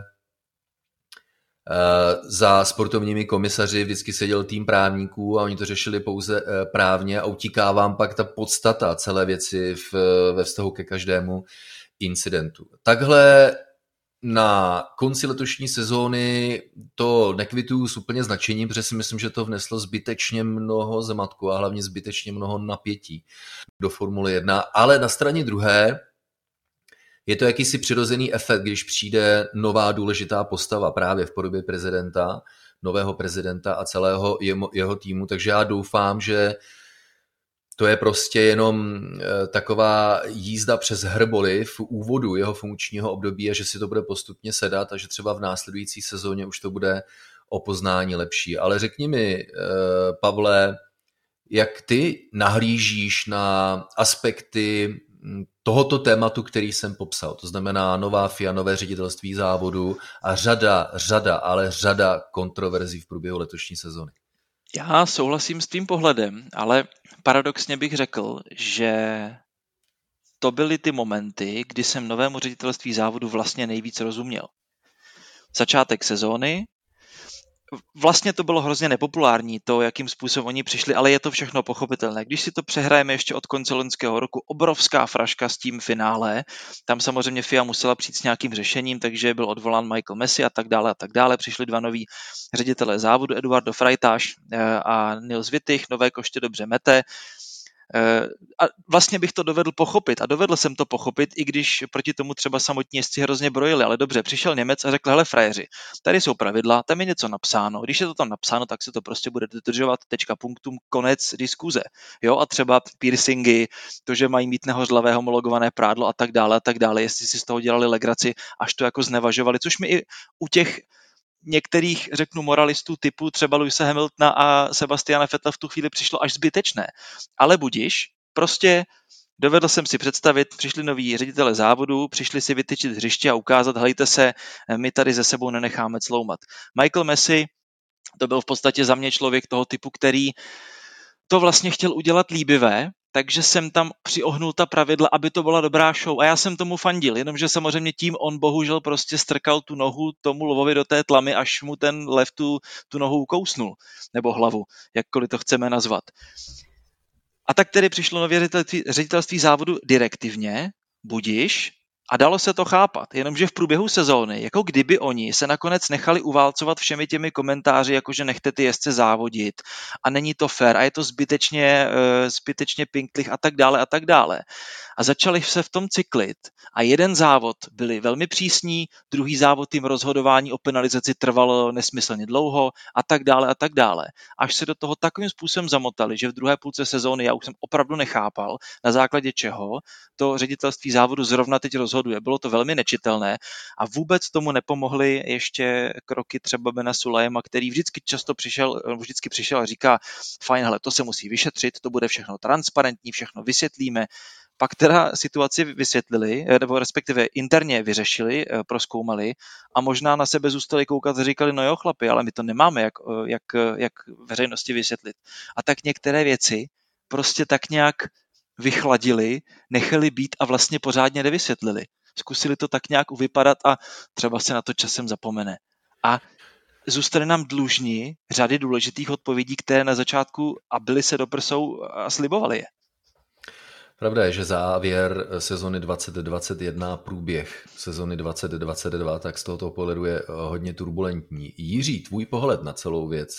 uh, za sportovními komisaři vždycky seděl tým právníků a oni to řešili pouze uh, právně a utíká vám pak ta podstata celé věci v, ve vztahu ke každému incidentu. Takhle na konci letošní sezóny to nekvituju s úplně značením, protože si myslím, že to vneslo zbytečně mnoho zmatku a hlavně zbytečně mnoho napětí do Formule jedna, ale na straně druhé je to jakýsi přirozený efekt, když přijde nová důležitá postava právě v podobě prezidenta, nového prezidenta a celého jeho, jeho týmu, takže já doufám, že to je prostě jenom taková jízda přes hrboli v úvodu jeho funkčního období a že si to bude postupně sedat a že třeba v následující sezóně už to bude o poznání lepší. Ale řekni mi, Pavle, jak ty nahlížíš na aspekty tohoto tématu, který jsem popsal, to znamená nová F I A, nové ředitelství závodu a řada, řada, ale řada kontroverzí v průběhu letošní sezóny. Já souhlasím s tvým pohledem, ale paradoxně bych řekl, že to byly ty momenty, kdy jsem novému ředitelství závodu vlastně nejvíc rozuměl. Začátek sezóny, vlastně to bylo hrozně nepopulární, to, jakým způsobem oni přišli, ale je to všechno pochopitelné. Když si to přehrajeme ještě od konce loňského roku, obrovská fraška s tím finále, tam samozřejmě F I A musela přijít s nějakým řešením, takže byl odvolán Michael Messi a tak dále a tak dále. Přišli dva noví ředitelé závodu, Eduardo Freitas a Nils Wittich, nové koště dobře mete. A vlastně bych to dovedl pochopit a dovedl jsem to pochopit, i když proti tomu třeba samotní jezdci hrozně brojili, ale dobře, přišel Němec a řekl, hele frajeři, tady jsou pravidla, tam je něco napsáno, když je to tam napsáno, tak se to prostě bude dodržovat, tečka, punktum, konec diskuze, jo, a třeba piercingy, to, že mají mít nehořlavé homologované prádlo a tak dále a tak dále, jestli si z toho dělali legraci, až to jako znevažovali, což mi i u těch některých, řeknu, moralistů typu třeba Lewise Hamiltona a Sebastiana Vettela v tu chvíli přišlo až zbytečné. Ale budiš, prostě dovedl jsem si představit, přišli noví ředitele závodu, přišli si vytyčit hřiště a ukázat, hejte se, my tady ze sebou nenecháme cloumat. Michael Messi, to byl v podstatě za mě člověk toho typu, který to vlastně chtěl udělat líbivé, takže jsem tam přiohnul ta pravidla, aby to byla dobrá show. A já jsem tomu fandil, jenomže samozřejmě tím on bohužel prostě strkal tu nohu tomu lovovi do té tlamy, až mu ten lev tu, tu nohu ukousnul. Nebo hlavu, jakkoliv to chceme nazvat. A tak tedy přišlo nově ředitelství, ředitelství závodu direktivně, budiš, a dalo se to chápat, jenomže v průběhu sezóny, jako kdyby oni se nakonec nechali uválcovat všemi těmi komentáři, jakože nechte ty jezdce závodit a není to fair a je to zbytečně, zbytečně pinktlich a tak dále a tak dále. A začali se v tom cyklit a jeden závod byli velmi přísní, druhý závod jim rozhodování o penalizaci trvalo nesmyslně dlouho a tak dále a tak dále. Až se do toho takovým způsobem zamotali, že v druhé půlce sezóny já už jsem opravdu nechápal, na základě čeho to ředitelství závodu zrovna teď rozhoduje. Bylo to velmi nečitelné a vůbec tomu nepomohly ještě kroky třeba Bena Sulajema, který vždycky často přišel, vždycky přišel a říká, fajn, hele, to se musí vyšetřit, to bude všechno transparentní, všechno vysvětlíme. Pak teda situaci vysvětlili, nebo respektive interně vyřešili, prozkoumali a možná na sebe zůstali koukat a říkali, no jo chlapi, ale my to nemáme jak, jak, jak veřejnosti vysvětlit. A tak některé věci prostě tak nějak vychladili, nechali být a vlastně pořádně nevysvětlili. Zkusili to tak nějak uvypadat a třeba se na to časem zapomene. A zůstane nám dlužní řady důležitých odpovědí, které na začátku a byly se do prsou a slibovali je. Pravda je, že závěr sezony dvacet dvacet jedna, průběh sezony dvacet dvacet dva, tak z tohoto pohledu je hodně turbulentní. Jiří, tvůj pohled na celou věc?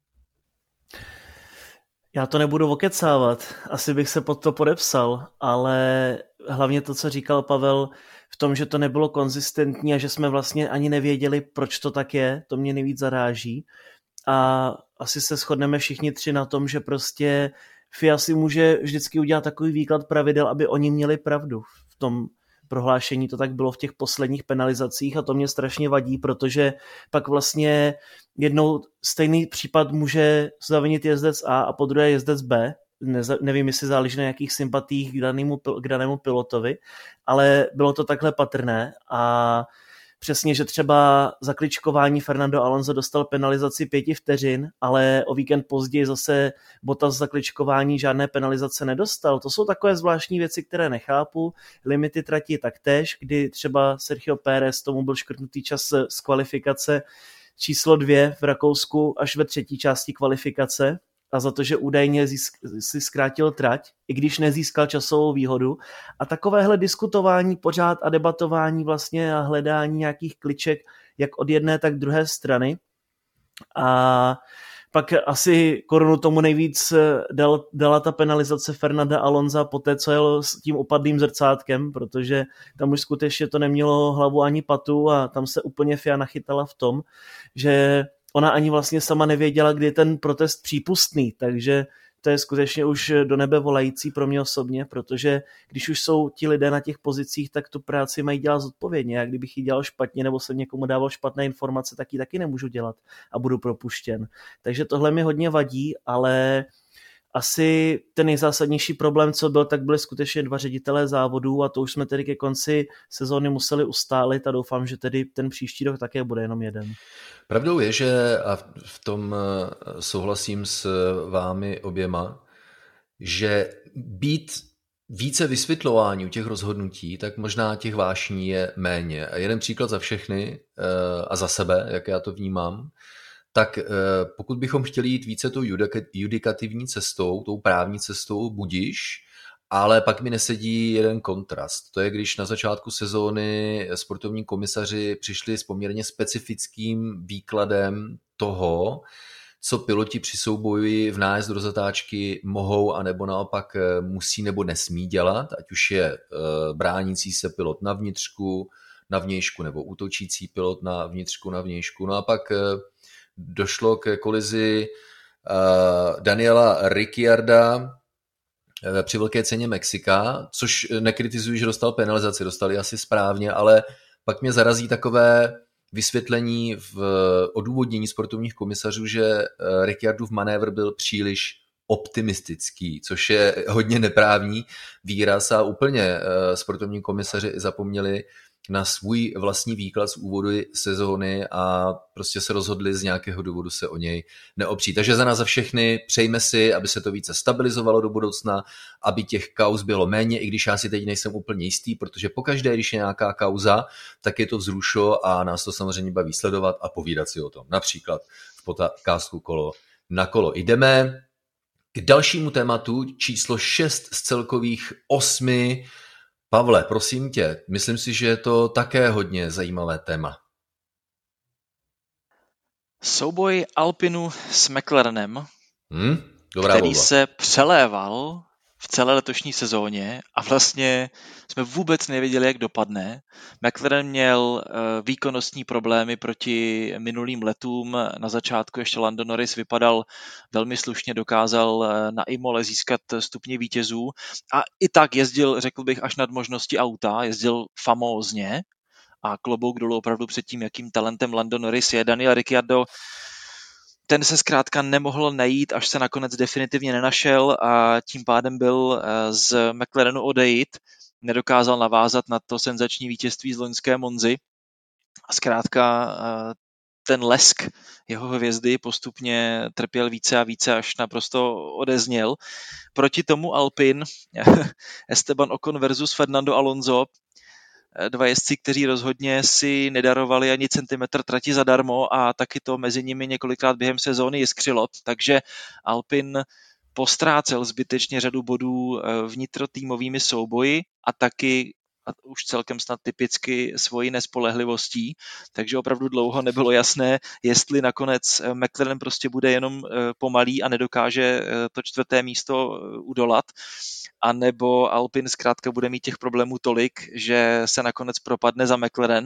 Já to nebudu okecávat, asi bych se pod to podepsal, ale hlavně to, co říkal Pavel, v tom, že to nebylo konzistentní a že jsme vlastně ani nevěděli, proč to tak je, to mě nejvíc zaráží. A asi se shodneme všichni tři na tom, že prostě F I A si může vždycky udělat takový výklad pravidel, aby oni měli pravdu. V tom prohlášení to tak bylo v těch posledních penalizacích a to mě strašně vadí, protože pak vlastně jednou stejný případ může zavinit jezdec A a po druhé jezdec B. Neza, nevím, jestli záleží na nějakých sympatích k danému, k danému pilotovi, ale bylo to takhle patrné a přesně, že třeba za kličkování Fernando Alonso dostal penalizaci pěti vteřin, ale o víkend později zase Bottas za kličkování žádné penalizace nedostal. To jsou takové zvláštní věci, které nechápu. Limity trati taktéž, kdy třeba Sergio Pérez, tomu byl škrtnutý čas z kvalifikace číslo dvě v Rakousku až ve třetí části kvalifikace a za to, že údajně získ- si zkrátil trať, i když nezískal časovou výhodu. A takovéhle diskutování pořád a debatování vlastně a hledání nějakých kliček jak od jedné, tak druhé strany. A pak asi korunu tomu nejvíc dal, dala ta penalizace Fernanda Alonsa po té, co jel s tím upadlým zrcátkem, protože tam už skutečně to nemělo hlavu ani patu a tam se úplně F I A nachytala v tom, že ona ani vlastně sama nevěděla, kdy je ten protest přípustný, takže to je skutečně už do nebe volající pro mě osobně, protože když už jsou ti lidé na těch pozicích, tak tu práci mají dělat zodpovědně. A kdybych ji dělal špatně nebo jsem někomu dával špatné informace, tak ji taky nemůžu dělat a budu propuštěn. Takže tohle mi hodně vadí, ale asi ten nejzásadnější problém, co byl, tak byly skutečně dva ředitelé závodů a to už jsme tedy ke konci sezóny museli ustálit a doufám, že tedy ten příští rok také bude jenom jeden. Pravdou je, že a v tom souhlasím s vámi oběma, že být více vysvětlování u těch rozhodnutí, tak možná těch vášní je méně. A jeden příklad za všechny a za sebe, jak já to vnímám, tak pokud bychom chtěli jít více tou judikativní cestou, tou právní cestou, budiš, ale pak mi nesedí jeden kontrast. To je, když na začátku sezóny sportovní komisaři přišli s poměrně specifickým výkladem toho, co piloti při souboji v nájezdu do zatáčky mohou a nebo naopak musí nebo nesmí dělat, ať už je bránící se pilot na vnitřku, na vnějšku nebo útočící pilot na vnitřku, na vnějšku. No a pak došlo k kolizi Daniela Ricciarda při velké ceně Mexika, což nekritizuji, že dostal penalizaci, dostali asi správně, ale pak mě zarazí takové vysvětlení v odůvodnění sportovních komisařů, že Ricciardův manévr byl příliš optimistický, což je hodně neprávní výraz a úplně sportovní komisaři zapomněli na svůj vlastní výklad z úvodu sezóny a prostě se rozhodli z nějakého důvodu se o něj neopřít. Takže za nás za všechny přejme si, aby se to více stabilizovalo do budoucna, aby těch kauz bylo méně, i když já si teď nejsem úplně jistý, protože pokaždé, když je nějaká kauza, tak je to vzrušo a nás to samozřejmě baví sledovat a povídat si o tom. Například v podcastu Kolo na kolo. Jdeme k dalšímu tématu, číslo šest z celkových osmi. Pavle, prosím tě, myslím si, že je to také hodně zajímavé téma. Souboj Alpinu s McLarenem, hmm? Dobrá který volba. se přeléval v celé letošní sezóně a vlastně jsme vůbec nevěděli, jak dopadne. McLaren měl výkonnostní problémy proti minulým letům. Na začátku ještě Lando Norris vypadal velmi slušně, dokázal na Imole získat stupně vítězů a i tak jezdil, řekl bych, až nad možnosti auta, jezdil famózně a klobouk dolů opravdu před tím, jakým talentem Lando Norris je. Daniel Ricciardo, ten se zkrátka nemohl najít, až se nakonec definitivně nenašel a tím pádem byl z McLarenu odejít. Nedokázal navázat na to senzační vítězství z loňské Monzy a zkrátka ten lesk jeho hvězdy postupně trpěl více a více, až naprosto odezněl. Proti tomu Alpin, Esteban Ocon versus Fernando Alonso, dva jezdci, kteří rozhodně si nedarovali ani centimetr trati zadarmo a taky to mezi nimi několikrát během sezóny jiskřilo, takže Alpin postrácel zbytečně řadu bodů vnitrotýmovými souboji a taky a už celkem snad typicky svojí nespolehlivostí, takže opravdu dlouho nebylo jasné, jestli nakonec McLaren prostě bude jenom pomalý a nedokáže to čtvrté místo udolat, anebo Alpin zkrátka bude mít těch problémů tolik, že se nakonec propadne za McLaren.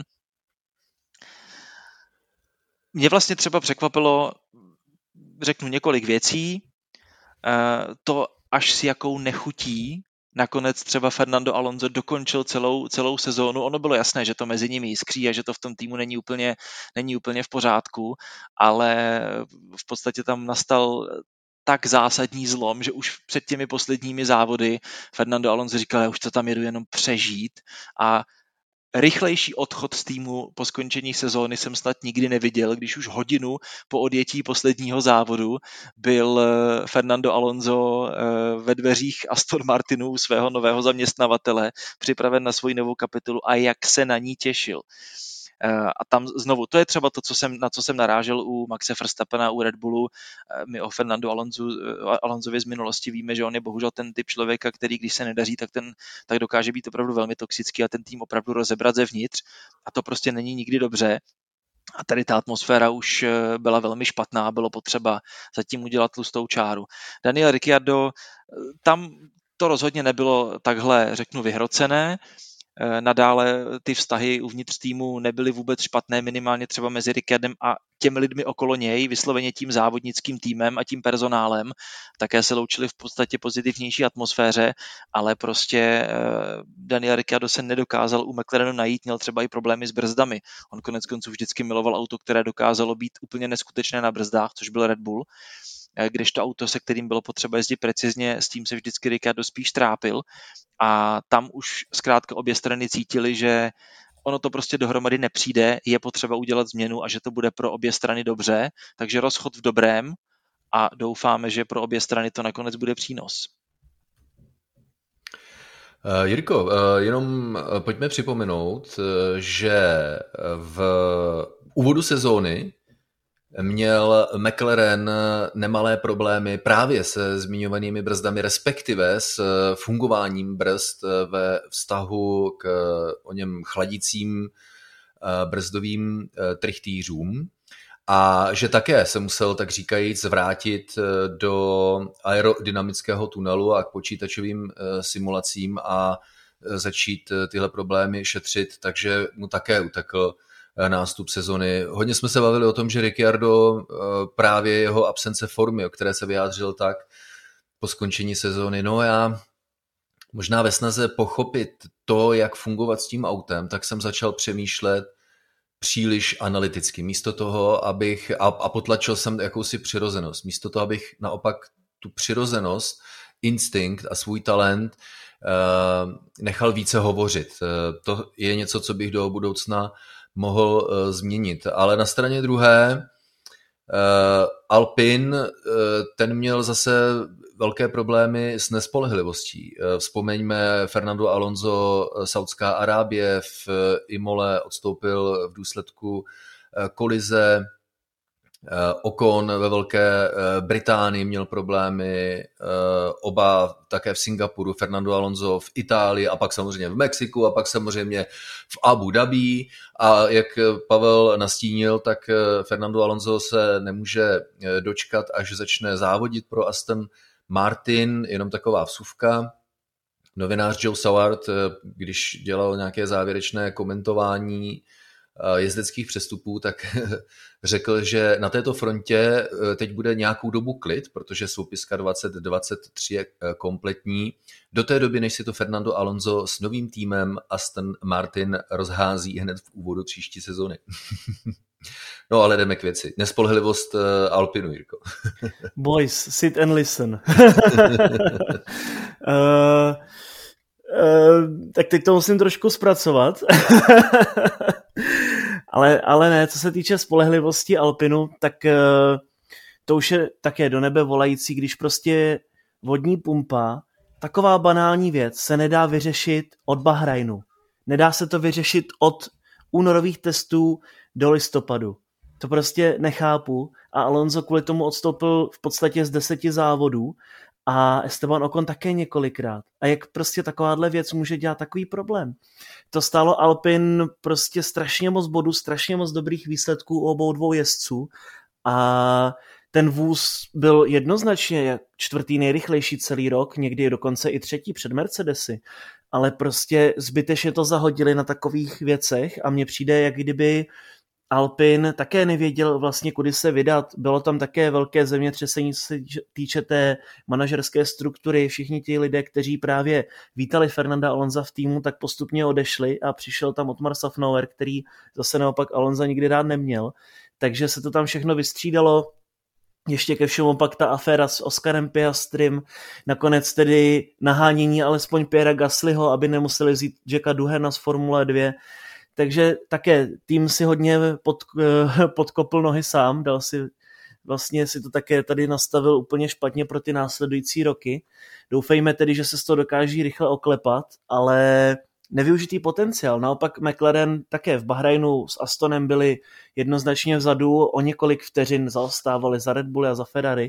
Mě vlastně třeba překvapilo, řeknu několik věcí, to až s jakou nechutí nakonec třeba Fernando Alonso dokončil celou, celou sezónu. Ono bylo jasné, že to mezi nimi jiskří a že to v tom týmu není úplně, není úplně v pořádku, ale v podstatě tam nastal tak zásadní zlom, že už před těmi posledními závody Fernando Alonso říkal, já už to tam jedu jenom přežít a rychlejší odchod z týmu po skončení sezóny jsem snad nikdy neviděl, když už hodinu po odjetí posledního závodu byl Fernando Alonso ve dveřích Aston Martinu, svého nového zaměstnavatele, připraven na svoji novou kapitolu a jak se na ní těšil. A tam znovu, to je třeba to, co jsem, na co jsem narážel u Maxe Verstappena, u Red Bullu. My o Fernando Alonso, Alonsovi z minulosti víme, že on je bohužel ten typ člověka, který když se nedaří, tak, ten, tak dokáže být opravdu velmi toxický a ten tým opravdu rozebrat zevnitř a to prostě není nikdy dobře. A tady ta atmosféra už byla velmi špatná, bylo potřeba zatím udělat tlustou čáru. Daniel Ricciardo, tam to rozhodně nebylo takhle, řeknu, vyhrocené. Nadále ty vztahy uvnitř týmu nebyly vůbec špatné, minimálně třeba mezi Ricciardem a těmi lidmi okolo něj, vysloveně tím závodnickým týmem a tím personálem. Také se loučili v podstatě pozitivnější atmosféře, ale prostě Daniel Ricciardo se nedokázal u McLarenu najít, měl třeba i problémy s brzdami. On konec konců vždycky miloval auto, které dokázalo být úplně neskutečné na brzdách, což byl Red Bull. Když to auto, se kterým bylo potřeba jezdit precizně, s tím se vždycky Ricciardo spíš trápil a tam už zkrátka obě strany cítili, že ono to prostě dohromady nepřijde, je potřeba udělat změnu a že to bude pro obě strany dobře, takže rozchod v dobrém a doufáme, že pro obě strany to nakonec bude přínos. Uh, Jirko, uh, jenom pojďme připomenout, že v úvodu sezóny měl McLaren nemalé problémy právě se zmiňovanými brzdami, respektive s fungováním brzd ve vztahu k o něm chladicím brzdovým trichtýřům a že také se musel, tak říkajíc, vrátit do aerodynamického tunelu a k počítačovým simulacím a začít tyhle problémy šetřit, takže mu také utekl nástup sezony. Hodně jsme se bavili o tom, že Ricciardo právě jeho absence formy, o které se vyjádřil tak po skončení sezony, no já možná ve snaze pochopit to, jak fungovat s tím autem, tak jsem začal přemýšlet příliš analyticky. Místo toho, abych, a, a potlačil jsem jakousi přirozenost, místo toho, abych naopak tu přirozenost, instinkt a svůj talent nechal více hovořit. To je něco, co bych do budoucna mohl změnit. Ale na straně druhé Alpin, ten měl zase velké problémy s nespolehlivostí. Vzpomeňme Fernando Alonso, Saudská Arábie, v Imole odstoupil v důsledku kolize, Ocon ve Velké Británii měl problémy, oba také v Singapuru, Fernando Alonso v Itálii a pak samozřejmě v Mexiku a pak samozřejmě v Abu Dhabi. A jak Pavel nastínil, tak Fernando Alonso se nemůže dočkat, až začne závodit pro Aston Martin, jenom taková vsuvka. Novinář Joe Saward, když dělal nějaké závěrečné komentování jezdeckých přestupů, tak řekl, že na této frontě teď bude nějakou dobu klid, protože soupiska dvacet dvacet tři je kompletní. Do té doby, než si to Fernando Alonso s novým týmem Aston Martin rozhází hned v úvodu příští sezony. No ale jdeme k věci. Nespolehlivost Alpinu, Jirko. Boys, sit and listen. uh, uh, tak teď to musím trošku zpracovat. ale, ale ne, co se týče spolehlivosti Alpinu, tak uh, to už je také do nebe volající, když prostě vodní pumpa, taková banální věc, se nedá vyřešit od Bahrajnu. Nedá se to vyřešit od únorových testů do listopadu. To prostě nechápu a Alonso kvůli tomu odstoupil v podstatě z deseti závodů a Esteban Ocon také několikrát. A jak prostě takováhle věc může dělat takový problém? To stálo Alpin prostě strašně moc bodů, strašně moc dobrých výsledků u obou dvou jezdců a ten vůz byl jednoznačně čtvrtý nejrychlejší celý rok, někdy dokonce i třetí před Mercedesy, ale prostě zbytečně to zahodili na takových věcech a mně přijde, jak kdyby Alpin také nevěděl vlastně, kudy se vydat. Bylo tam také velké zemětřesení, co se týče té manažerské struktury. Všichni ti lidé, kteří právě vítali Fernanda Alonsa v týmu, tak postupně odešli a přišel tam Otmar Szafnauer, který zase naopak Alonsa nikdy rád neměl. Takže se to tam všechno vystřídalo. Ještě ke všemu pak ta aféra s Oscarem Piastrym, nakonec tedy nahánění alespoň Pierra Gaslyho, aby nemuseli vzít Jacka Duhena z Formule dva. Takže také tým si hodně pod, podkopl nohy sám, dal si, vlastně si to také tady nastavil úplně špatně pro ty následující roky. Doufejme tedy, že se z toho dokáží rychle oklepat, ale nevyužitý potenciál. Naopak McLaren také v Bahrajnu s Astonem byli jednoznačně vzadu, o několik vteřin zaostávali za Red Bull a za Ferrari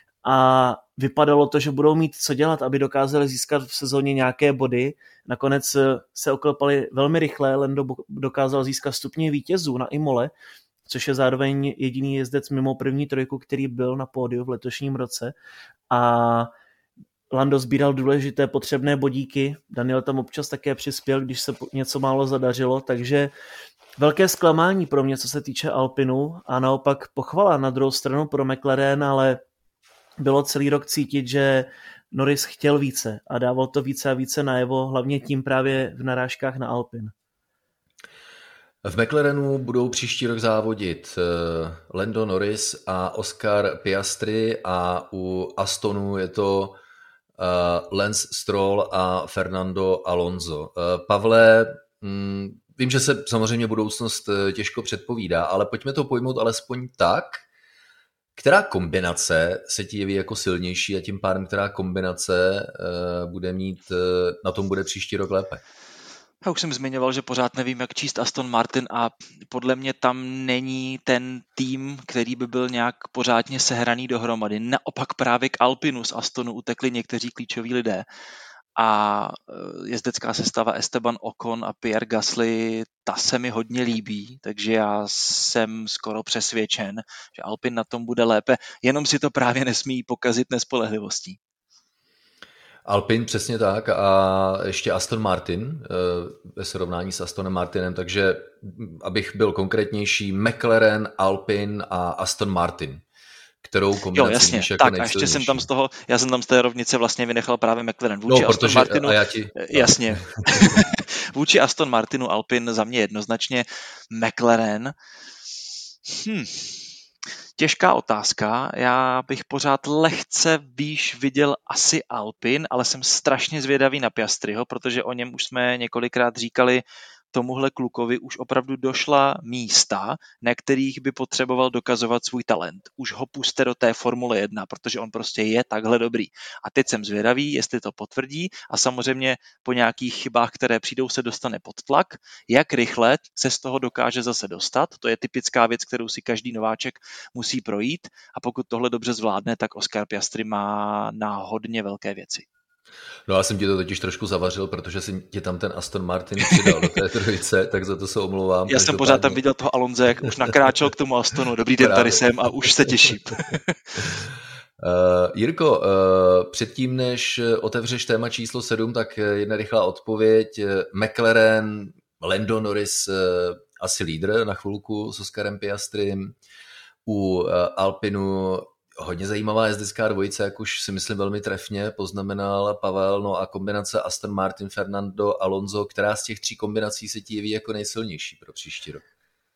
a vypadalo to, že budou mít co dělat, aby dokázali získat v sezóně nějaké body. Nakonec se oklepali velmi rychle, Lando dokázal získat stupně vítězů na Imole, což je zároveň jediný jezdec mimo první trojku, který byl na pódiu v letošním roce a Lando sbíral důležité potřebné bodíky, Daniel tam občas také přispěl, když se něco málo zadařilo, takže velké zklamání pro mě, co se týče Alpinu a naopak pochvala na druhou stranu pro McLaren, ale bylo celý rok cítit, že Norris chtěl více a dával to více a více najevo, hlavně tím právě v narážkách na Alpin. V McLarenu budou příští rok závodit Lando Norris a Oscar Piastri a u Astonu je to Lance Stroll a Fernando Alonso. Pavle, vím, že se samozřejmě budoucnost těžko předpovídá, ale pojďme to pojmout alespoň tak, která kombinace se ti jeví jako silnější a tím pádem která kombinace bude mít, na tom bude příští rok lépe? Já už jsem zmiňoval, že pořád nevím, jak číst Aston Martin a podle mě tam není ten tým, který by byl nějak pořádně sehraný dohromady. Naopak právě k Alpinu z Astonu utekli někteří klíčoví lidé. A jezdecká sestava Esteban Ocon a Pierre Gasly, ta se mi hodně líbí, takže já jsem skoro přesvědčen, že Alpin na tom bude lépe, jenom si to právě nesmí pokazit nespolehlivostí. Alpin, přesně tak, a ještě Aston Martin ve srovnání s Astonem Martinem, takže abych byl konkrétnější, McLaren, Alpin a Aston Martin. Kterou kombinaci jo, jasně, jako tak a ještě jsem tam z toho, já jsem tam z té rovnice vlastně vynechal právě McLaren. Vůči no, Aston protože, Martinu, a já ti... jasně, vůči Aston Martinu Alpin za mě jednoznačně McLaren. Hm. Těžká otázka, já bych pořád lehce výš viděl asi Alpin, ale jsem strašně zvědavý na Piastriho, protože o něm už jsme několikrát říkali, tomuhle klukovi už opravdu došla místa, na kterých by potřeboval dokazovat svůj talent. Už ho puste do té Formule jedna, protože on prostě je takhle dobrý. A teď jsem zvědavý, jestli to potvrdí a samozřejmě po nějakých chybách, které přijdou, se dostane pod tlak. Jak rychle se z toho dokáže zase dostat, to je typická věc, kterou si každý nováček musí projít a pokud tohle dobře zvládne, tak Oscar Piastri má na hodně velké věci. No já jsem ti to totiž trošku zavařil, protože jsem ti tam ten Aston Martin přidal do té trojice, tak za to se omlouvám. Já jsem pořád tam viděl toho Alonso, jak už nakráčel k tomu Astonu. Dobrý den, tady jsem a už se těším. Uh, Jirko, uh, předtím, než otevřeš téma číslo sedm, tak jedna rychlá odpověď. McLaren, Lando Norris uh, asi lídr na chvilku s Oscarem Piastrym. U uh, Alpinu hodně zajímavá jezdecká dvojice, jak už si myslím velmi trefně poznamenal Pavel, no a kombinace Aston Martin, Fernando, Alonso, která z těch tří kombinací se ti jeví jako nejsilnější pro příští rok?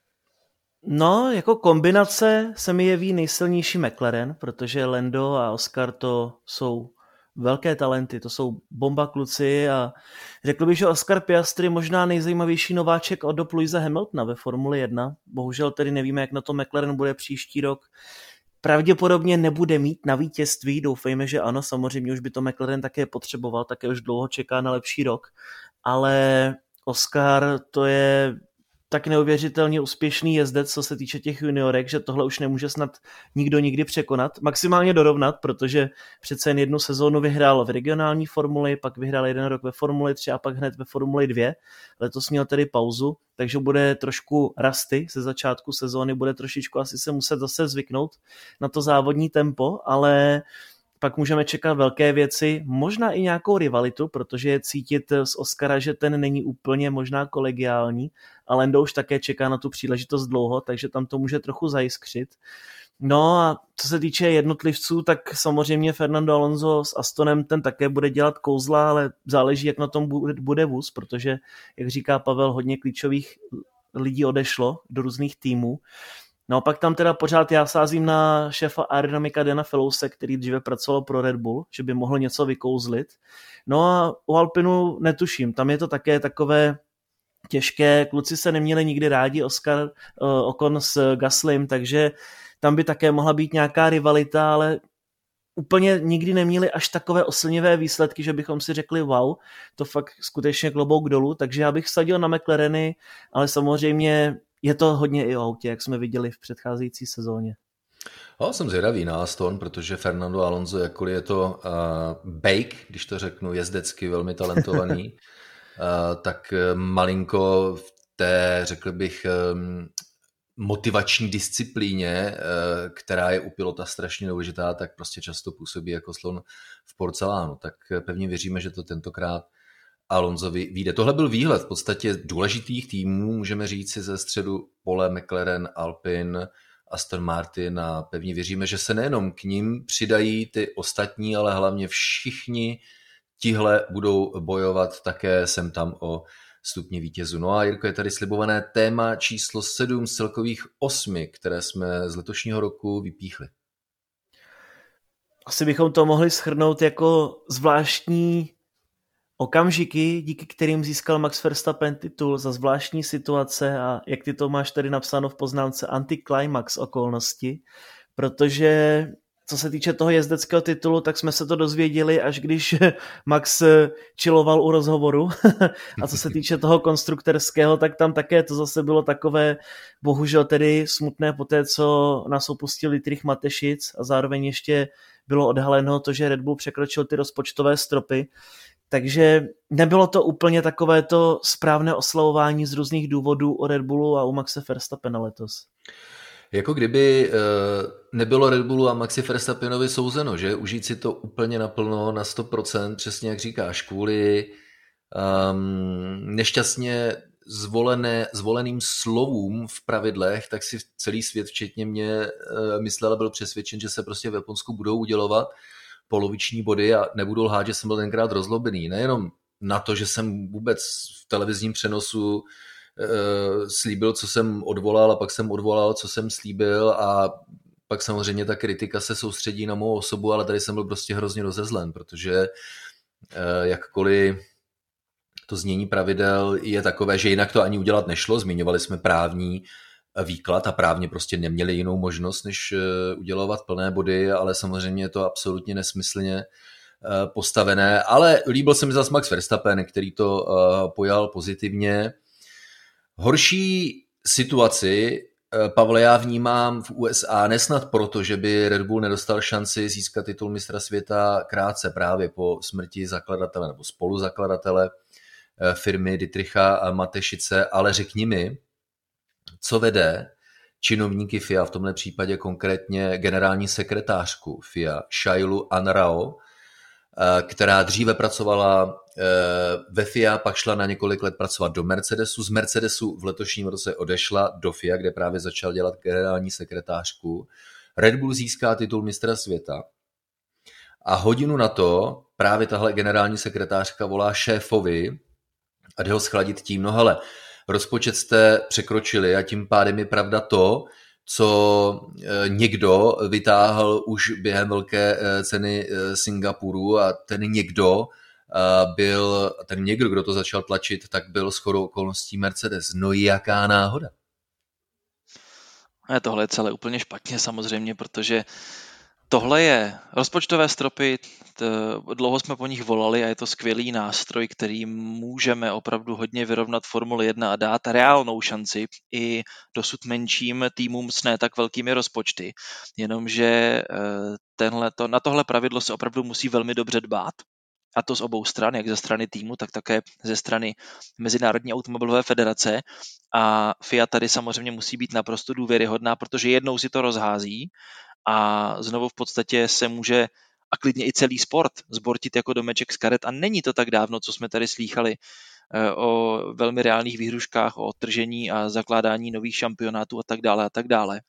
No, jako kombinace se mi jeví nejsilnější McLaren, protože Lando a Oscar to jsou velké talenty, to jsou bomba kluci a řekl bych, že Oscar Piastri možná nejzajímavější nováček od dob Lewise Hamiltona ve Formuli jedna. Bohužel tedy nevíme, jak na to McLaren bude příští rok. Pravděpodobně nebude mít na vítězství, doufejme, že ano, samozřejmě už by to McLaren také potřeboval, také už dlouho čeká na lepší rok, ale Oscar to je tak neuvěřitelně úspěšný jezdec, co se týče těch juniorek, že tohle už nemůže snad nikdo nikdy překonat, maximálně dorovnat, protože přece jen jednu sezónu vyhrál v regionální formuli, pak vyhrál jeden rok ve Formuli tři a pak hned ve Formuli dvě. Letos měl tedy pauzu, takže bude trošku rasty ze začátku sezóny, bude trošičku asi se muset zase zvyknout na to závodní tempo, ale pak můžeme čekat velké věci, možná i nějakou rivalitu, protože je cítit z Oscara, že ten není úplně možná kolegiální, a Lando už také čeká na tu příležitost dlouho, takže tam to může trochu zajiskřit. No a co se týče jednotlivců, tak samozřejmě Fernando Alonso s Astonem, ten také bude dělat kouzla, ale záleží, jak na tom bude vůz, protože, jak říká Pavel, hodně klíčových lidí odešlo do různých týmů. No pak tam teda pořád já sázím na šéfa aerodynamika Dana Fellowse, který dříve pracoval pro Red Bull, že by mohl něco vykouzlit. No a u Alpinu netuším, tam je to také takové těžké, kluci se neměli nikdy rádi, Oscar uh, Ocon s Gaslym, takže tam by také mohla být nějaká rivalita, ale úplně nikdy neměli až takové oslnivé výsledky, že bychom si řekli wow, to fakt skutečně klobouk dolů, takže já bych vsadil na McLareny, ale samozřejmě je to hodně i o autě, jak jsme viděli v předcházející sezóně. No, jsem zvědavý na Aston, protože Fernando Alonso, jakkoliv je to uh, bake, když to řeknu jezdecky, velmi talentovaný, uh, tak malinko v té, řekl bych, um, motivační disciplíně, uh, která je u pilota strašně důležitá, tak prostě často působí jako slon v porcelánu. Tak pevně věříme, že to tentokrát Alonsovi vyjde. Tohle byl výhled v podstatě důležitých týmů, můžeme říct si ze středu pole McLaren, Alpine, Aston Martin a pevně věříme, že se nejenom k ním přidají ty ostatní, ale hlavně všichni tihle budou bojovat také sem tam o stupně vítězů. No a Jirko, je tady slibované téma číslo sedm z celkových osmi, které jsme z letošního roku vypíchli. Asi bychom to mohli shrnout jako zvláštní okamžiky, díky kterým získal Max Verstappen titul, za zvláštní situace a jak ty to máš tady napsáno v poznámce anticlimax okolnosti, protože co se týče toho jezdeckého titulu, tak jsme se to dozvěděli, až když Max chilloval u rozhovoru a co se týče toho konstruktorského, tak tam také to zase bylo takové bohužel tedy smutné po té, co nás opustil Dietrich Mateschitz a zároveň ještě bylo odhaleno to, že Red Bull překročil ty rozpočtové stropy. Takže nebylo to úplně takové to správné oslavování z různých důvodů o Red Bullu a u Maxe Verstappena letos. Jako kdyby nebylo Red Bullu a Maxi Verstappenovi souzeno, že? Užít si to úplně naplno, na sto procent, přesně jak říkáš, kvůli um, nešťastně zvolené, zvoleným slovům v pravidlech, tak si celý svět, včetně mě, myslel a byl přesvědčen, že se prostě v Japonsku budou udělovat poloviční body a nebudu lhát, že jsem byl tenkrát rozlobený. Nejenom na to, že jsem vůbec v televizním přenosu e, slíbil, co jsem odvolal a pak jsem odvolal, co jsem slíbil a pak samozřejmě ta kritika se soustředí na mou osobu, ale tady jsem byl prostě hrozně rozezlen, protože jakkoliv to znění pravidel je takové, že jinak to ani udělat nešlo, zmiňovali jsme právní výklad a právně prostě neměli jinou možnost, než udělovat plné body, ale samozřejmě je to absolutně nesmyslně postavené, ale líbil se mi zase Max Verstappen, který to pojal pozitivně. Horší situaci, Pavle, já vnímám v U S A nesnad proto, že by Red Bull nedostal šanci získat titul mistra světa krátce právě po smrti zakladatele nebo spoluzakladatele firmy Dietricha Matešice, ale řekni mi, co vede činovníky F I A, v tomhle případě konkrétně generální sekretářku F I A, Shailu Anrao, která dříve pracovala ve F I A, pak šla na několik let pracovat do Mercedesu. Z Mercedesu v letošním roce odešla do F I A, kde právě začal dělat generální sekretářku. Red Bull získá titul mistra světa a hodinu na to právě tahle generální sekretářka volá šéfovi a jde ho schladit tím, no hele, rozpočet jste překročili a tím pádem je pravda to, co někdo vytáhl už během velké ceny Singapuru a ten někdo byl, ten někdo, kdo to začal tlačit, tak byl shodou okolností Mercedes. No jaká náhoda. A tohle je celé úplně špatně samozřejmě, protože tohle je rozpočtové stropy, dlouho jsme po nich volali a je to skvělý nástroj, který můžeme opravdu hodně vyrovnat Formuli jedna a dát reálnou šanci i dosud menším týmům s ne tak velkými rozpočty. Jenomže tenhleto, na tohle pravidlo se opravdu musí velmi dobře dbát. A to z obou stran, jak ze strany týmu, tak také ze strany Mezinárodní automobilové federace. A F I A tady samozřejmě musí být naprosto důvěryhodná, protože jednou si to rozhází a znovu v podstatě se může a klidně i celý sport zbortit jako domeček z karet a není to tak dávno, co jsme tady slýchali o velmi reálných výhruškách, o tržení a zakládání nových šampionátů a tak dále a tak dále.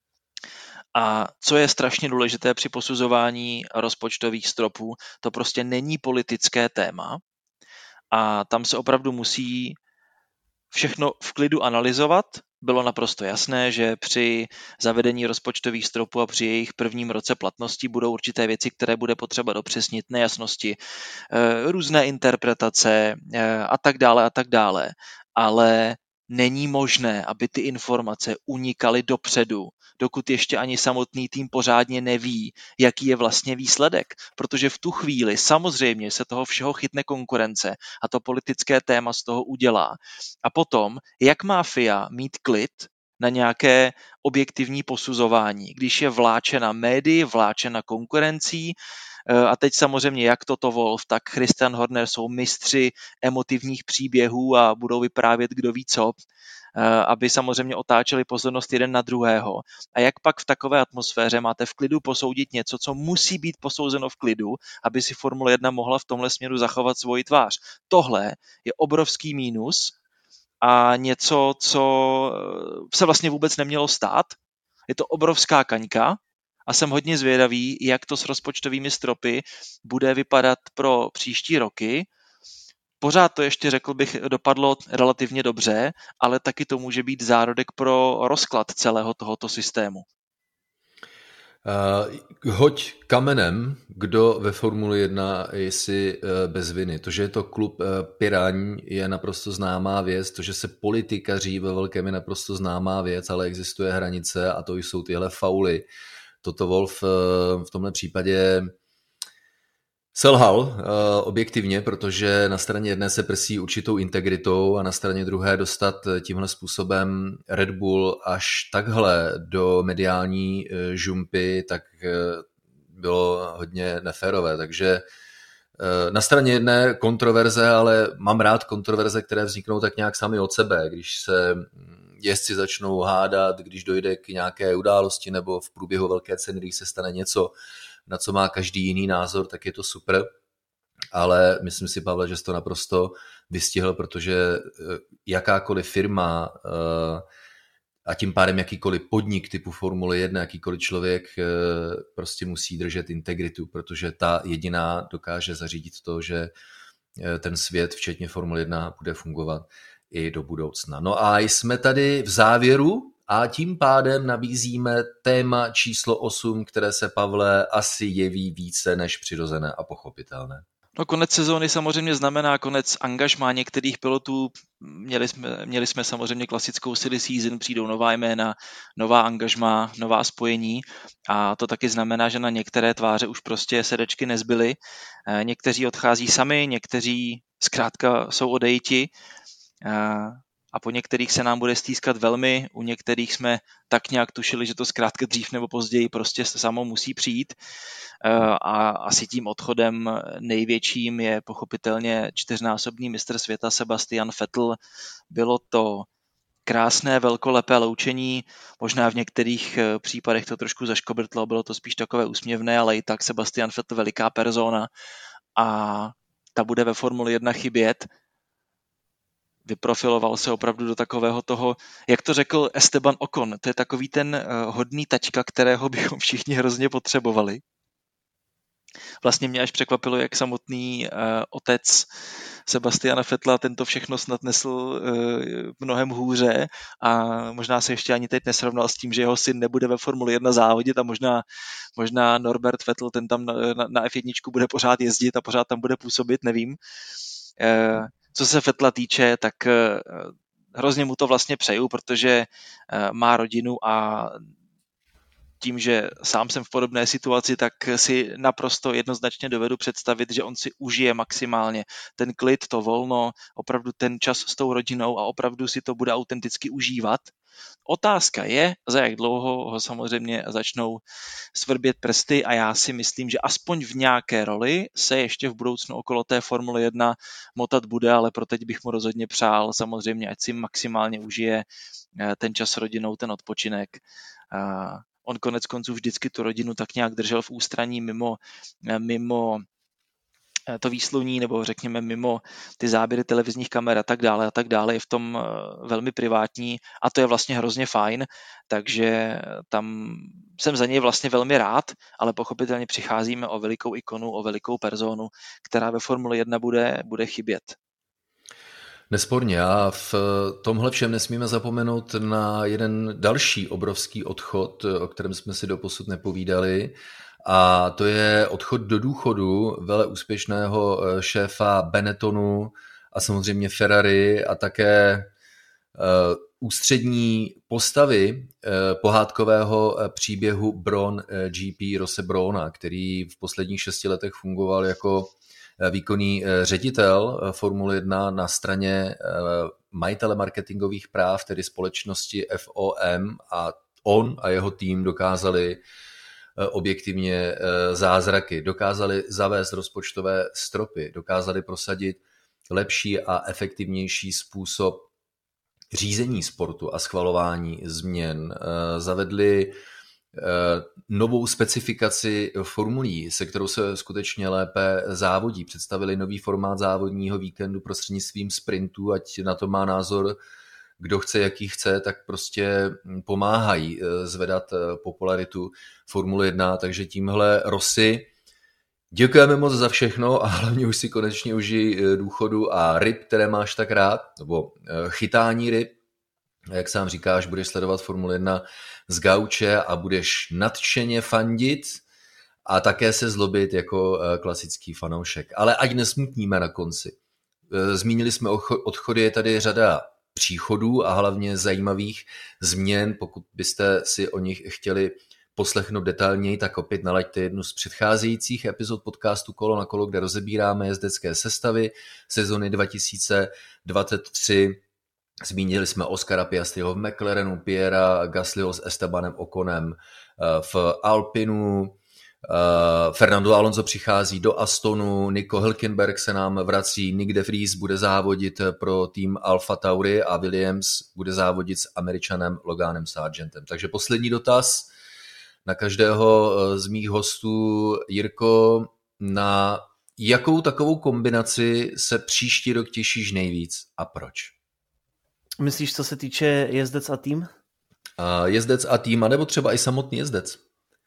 A co je strašně důležité při posuzování rozpočtových stropů, to prostě není politické téma a tam se opravdu musí všechno v klidu analyzovat. Bylo naprosto jasné, že při zavedení rozpočtových stropů a při jejich prvním roce platnosti budou určité věci, které bude potřeba dopřesnit, nejasnosti, různé interpretace a tak dále a tak dále. Ale není možné, aby ty informace unikaly dopředu, dokud ještě ani samotný tým pořádně neví, jaký je vlastně výsledek. Protože v tu chvíli samozřejmě se toho všeho chytne konkurence a to politické téma z toho udělá. A potom, jak má F I A mít klid na nějaké objektivní posuzování, když je vláčena médii, vláčena konkurencí, a teď samozřejmě jak Toto Wolff, tak Christian Horner jsou mistři emotivních příběhů a budou vyprávět kdo ví co, aby samozřejmě otáčeli pozornost jeden na druhého. A jak pak v takové atmosféře máte v klidu posoudit něco, co musí být posouzeno v klidu, aby si Formule jedna mohla v tomhle směru zachovat svoji tvář. Tohle je obrovský mínus a něco, co se vlastně vůbec nemělo stát. Je to obrovská kaňka a jsem hodně zvědavý, jak to s rozpočtovými stropy bude vypadat pro příští roky. Pořád to ještě, řekl bych, dopadlo relativně dobře, ale taky to může být zárodek pro rozklad celého tohoto systému. Uh, hoď kamenem, kdo ve Formuli jedna je si uh, bez viny. To, že je to klub uh, Piraň, je naprosto známá věc. To, že se politikaří ve velkém, je naprosto známá věc, ale existuje hranice a to jsou tyhle fauly. Toto Wolff uh, v tomhle případě selhal uh, objektivně, protože na straně jedné se prsí určitou integritou a na straně druhé dostat tímhle způsobem Red Bull až takhle do mediální uh, žumpy, tak uh, bylo hodně neférové. Takže uh, na straně jedné kontroverze, ale mám rád kontroverze, které vzniknou tak nějak sami od sebe, když se jezdci začnou hádat, když dojde k nějaké události nebo v průběhu velké ceny, když se stane něco, na co má každý jiný názor, tak je to super. Ale myslím si, Pavle, že jsi to naprosto vystihl, protože jakákoliv firma a tím pádem jakýkoliv podnik typu Formule jedna, jakýkoliv člověk prostě musí držet integritu, protože ta jediná dokáže zařídit to, že ten svět, včetně Formule jedna, bude fungovat i do budoucna. No a jsme tady v závěru A tím pádem nabízíme téma číslo osm, které se, Pavle, asi jeví více než přirozené a pochopitelné. No, konec sezóny samozřejmě znamená konec angažmá některých pilotů. Měli jsme, měli jsme samozřejmě klasickou silly season, přijdou nová jména, nová angažmá, nová spojení a to taky znamená, že na některé tváře už prostě sedečky nezbyly. Někteří odchází sami, někteří zkrátka jsou odejiti a po některých se nám bude stýskat velmi, u některých jsme tak nějak tušili, že to zkrátka dřív nebo později prostě samo musí přijít. A asi tím odchodem největším je pochopitelně čtyřnásobný mistr světa Sebastian Vettel. Bylo to krásné, velkolepé loučení, možná v některých případech to trošku zaškobrtlo, bylo to spíš takové úsměvné, ale i tak Sebastian Vettel veliká persona a ta bude ve Formuli jedna chybět. Vyprofiloval se opravdu do takového toho, jak to řekl Esteban Ocon, to je takový ten hodný taťka, kterého bychom všichni hrozně potřebovali. Vlastně mě až překvapilo, jak samotný uh, otec Sebastiana Vettela tento všechno snad nesl uh, mnohem hůře a možná se ještě ani teď nesrovnal s tím, že jeho syn nebude ve Formuli jedna závodit a možná, možná Norbert Vettel ten tam na, na, na F jedna bude pořád jezdit a pořád tam bude působit, nevím. Uh, co se Vettela týče, tak uh, hrozně mu to vlastně přeju, protože uh, má rodinu a tím, že sám jsem v podobné situaci, tak si naprosto jednoznačně dovedu představit, že on si užije maximálně ten klid, to volno, opravdu ten čas s tou rodinou a opravdu si to bude autenticky užívat. Otázka je, za jak dlouho ho samozřejmě začnou svrbět prsty a já si myslím, že aspoň v nějaké roli se ještě v budoucnu okolo té Formule jedna motat bude, ale pro teď bych mu rozhodně přál samozřejmě, ať si maximálně užije ten čas s rodinou, ten odpočinek. On konec konců vždycky tu rodinu tak nějak držel v ústraní mimo, mimo to výsluní, nebo řekněme mimo ty záběry televizních kamer a tak dále a tak dále, je v tom velmi privátní a to je vlastně hrozně fajn, takže tam jsem za něj vlastně velmi rád, ale pochopitelně přicházíme o velikou ikonu, o velikou personu, která ve Formule jedna bude, bude chybět. Nesporně a v tomhle všem nesmíme zapomenout na jeden další obrovský odchod, o kterém jsme si doposud nepovídali, a to je odchod do důchodu vele úspěšného šéfa Benettonu a samozřejmě Ferrari a také ústřední postavy pohádkového příběhu Brawn G P Rosse Browna, který v posledních šesti letech fungoval jako výkonný ředitel Formule jedna na straně majitele marketingových práv, tedy společnosti F O M, a on a jeho tým dokázali objektivně zázraky, dokázali zavést rozpočtové stropy, dokázali prosadit lepší a efektivnější způsob řízení sportu a schvalování změn, zavedli novou specifikaci formulí, se kterou se skutečně lépe závodí. Představili nový formát závodního víkendu prostřednictvím sprintů, ať na to má názor kdo chce, jaký chce, tak prostě pomáhají zvedat popularitu Formule jedna, takže tímhle Rossi děkujeme moc za všechno a hlavně už si konečně užij důchodu a ryb, které máš tak rád, nebo chytání ryb. Jak sám říkáš, budeš sledovat Formule jedna z gauče a budeš nadšeně fandit a také se zlobit jako klasický fanoušek. Ale ať nesmutníme na konci. Zmínili jsme odchody, je tady řada příchodů a hlavně zajímavých změn. Pokud byste si o nich chtěli poslechnout detailněji, tak opět nalaďte jednu z předcházejících epizod podcastu Kolo na kolo, kde rozebíráme jezdecké sestavy sezony dva tisíce dvacet tři. Zmínili jsme Oscara Piastriho v McLarenu, Piera Gaslyho s Estebanem Oconem v Alpinu, Fernando Alonso přichází do Astonu, Nico Hülkenberg se nám vrací, Nick de Vries bude závodit pro tým Alfa Tauri a Williams bude závodit s Američanem Loganem Sargentem. Takže poslední dotaz na každého z mých hostů. Jirko, na jakou takovou kombinaci se příští rok těšíš nejvíc a proč? Myslíš, co se týče jezdec a tým? Uh, jezdec a tým, anebo třeba i samotný jezdec?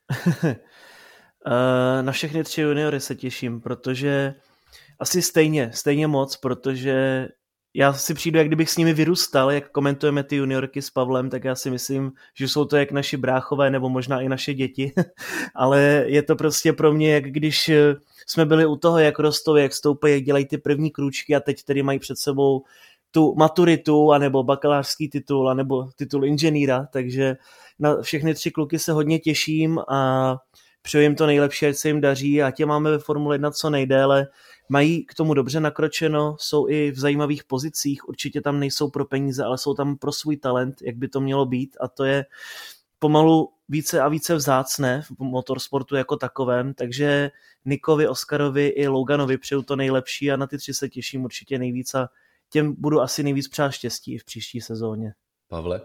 Na všechny tři juniory se těším, protože asi stejně, stejně moc, protože já si přijdu, jak kdybych s nimi vyrůstal, jak komentujeme ty juniorky s Pavlem, tak já si myslím, že jsou to jak naši bráchové nebo možná i naše děti, ale je to prostě pro mě, jak když jsme byli u toho, jak rostou, jak stoupají, jak dělají ty první krůčky a teď tedy mají před sebou tu maturitu, anebo bakalářský titul, anebo titul inženýra, takže na všechny tři kluky se hodně těším a přeju jim to nejlepší, ať se jim daří a tě máme ve Formule jedna co nejdéle. Mají k tomu dobře nakročeno, jsou i v zajímavých pozicích, určitě tam nejsou pro peníze, ale jsou tam pro svůj talent, jak by to mělo být a to je pomalu více a více vzácné v motorsportu jako takovém, takže Nikovi, Oskarovi i Loganovi přeju to nejlepší a na ty tři se těším určitě nejvíc a těm budu asi nejvíc přát štěstí v příští sezóně. Pavle?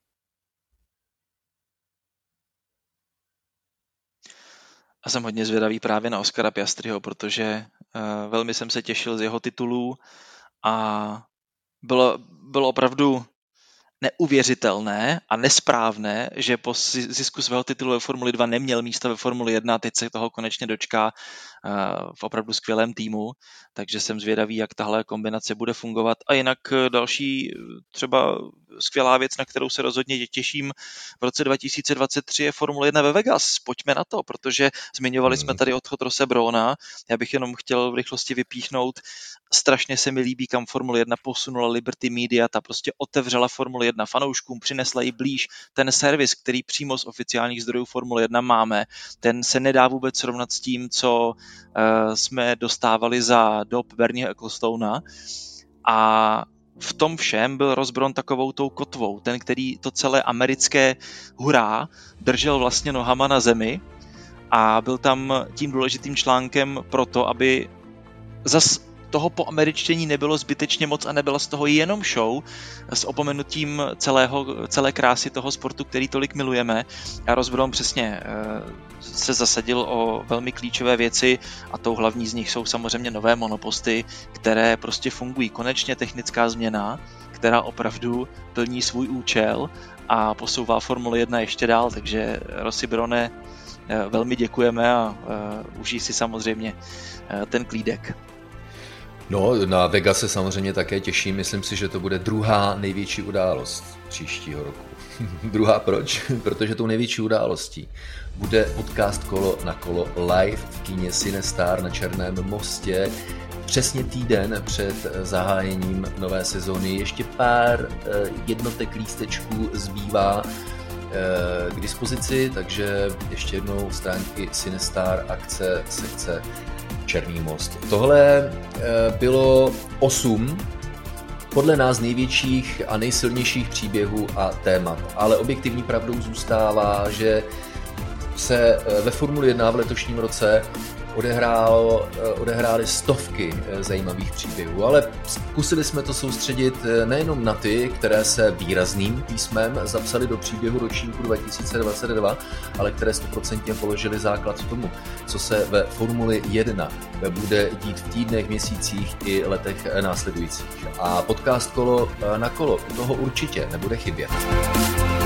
A jsem hodně zvědavý právě na Oskara Piastriho, protože uh, velmi jsem se těšil z jeho titulů a bylo, bylo opravdu neuvěřitelné a nesprávné, že po zisku svého titulu ve Formuli dva neměl místo ve Formuli jedna a teď se toho konečně dočká v opravdu skvělém týmu, takže jsem zvědavý, jak tahle kombinace bude fungovat a jinak další třeba skvělá věc, na kterou se rozhodně těším v roce dva tisíce dvacet tři je Formule jedna ve Vegas. Pojďme na to, protože zmiňovali jsme tady odchod Rosse Brauna. Já bych jenom chtěl v rychlosti vypíchnout, strašně se mi líbí, kam Formule jedna posunula Liberty Media, ta prostě otevřela Formule jedna fanouškům, přinesla jí blíž ten servis, který přímo z oficiálních zdrojů Formule jedna máme. Ten se nedá vůbec srovnat s tím, co uh, jsme dostávali za dob Bernieho Ecclestona a v tom všem byl Ross Brawn takovou tou kotvou, ten, který to celé americké hurá držel vlastně nohama na zemi a byl tam tím důležitým článkem pro to, aby zas toho poameričtění nebylo zbytečně moc a nebyla z toho jenom show s opomenutím celého, celé krásy toho sportu, který tolik milujeme. A Ross Brawn přesně se zasadil o velmi klíčové věci a tou hlavní z nich jsou samozřejmě nové monoposty, které prostě fungují. Konečně technická změna, která opravdu plní svůj účel a posouvá Formule jedna ještě dál, takže Rossi Browne velmi děkujeme a užij si samozřejmě ten klídek. No, na Vegas se samozřejmě také těším. Myslím si, že to bude druhá největší událost příštího roku. Druhá proč? Protože tou největší událostí bude podcast Kolo na kolo live v kině Cinestar na Černém mostě. Přesně týden před zahájením nové sezóny. Ještě pár jednotek lístečků zbývá k dispozici, takže ještě jednou stránky Cinestar, akce, sekce Černý most. Tohle bylo osm podle nás největších a nejsilnějších příběhů a témat, ale objektivní pravdou zůstává, že se ve Formuli jedna v letošním roce odehrál, odehrály stovky zajímavých příběhů, ale zkusili jsme to soustředit nejenom na ty, které se výrazným písmem zapsaly do příběhu ročníku dva tisíce dvacet dva, ale které sto procent položili základ tomu, co se ve Formuli jedna bude dít v týdnech, měsících i letech následujících. A podcast Kolo na kolo toho určitě nebude chybět.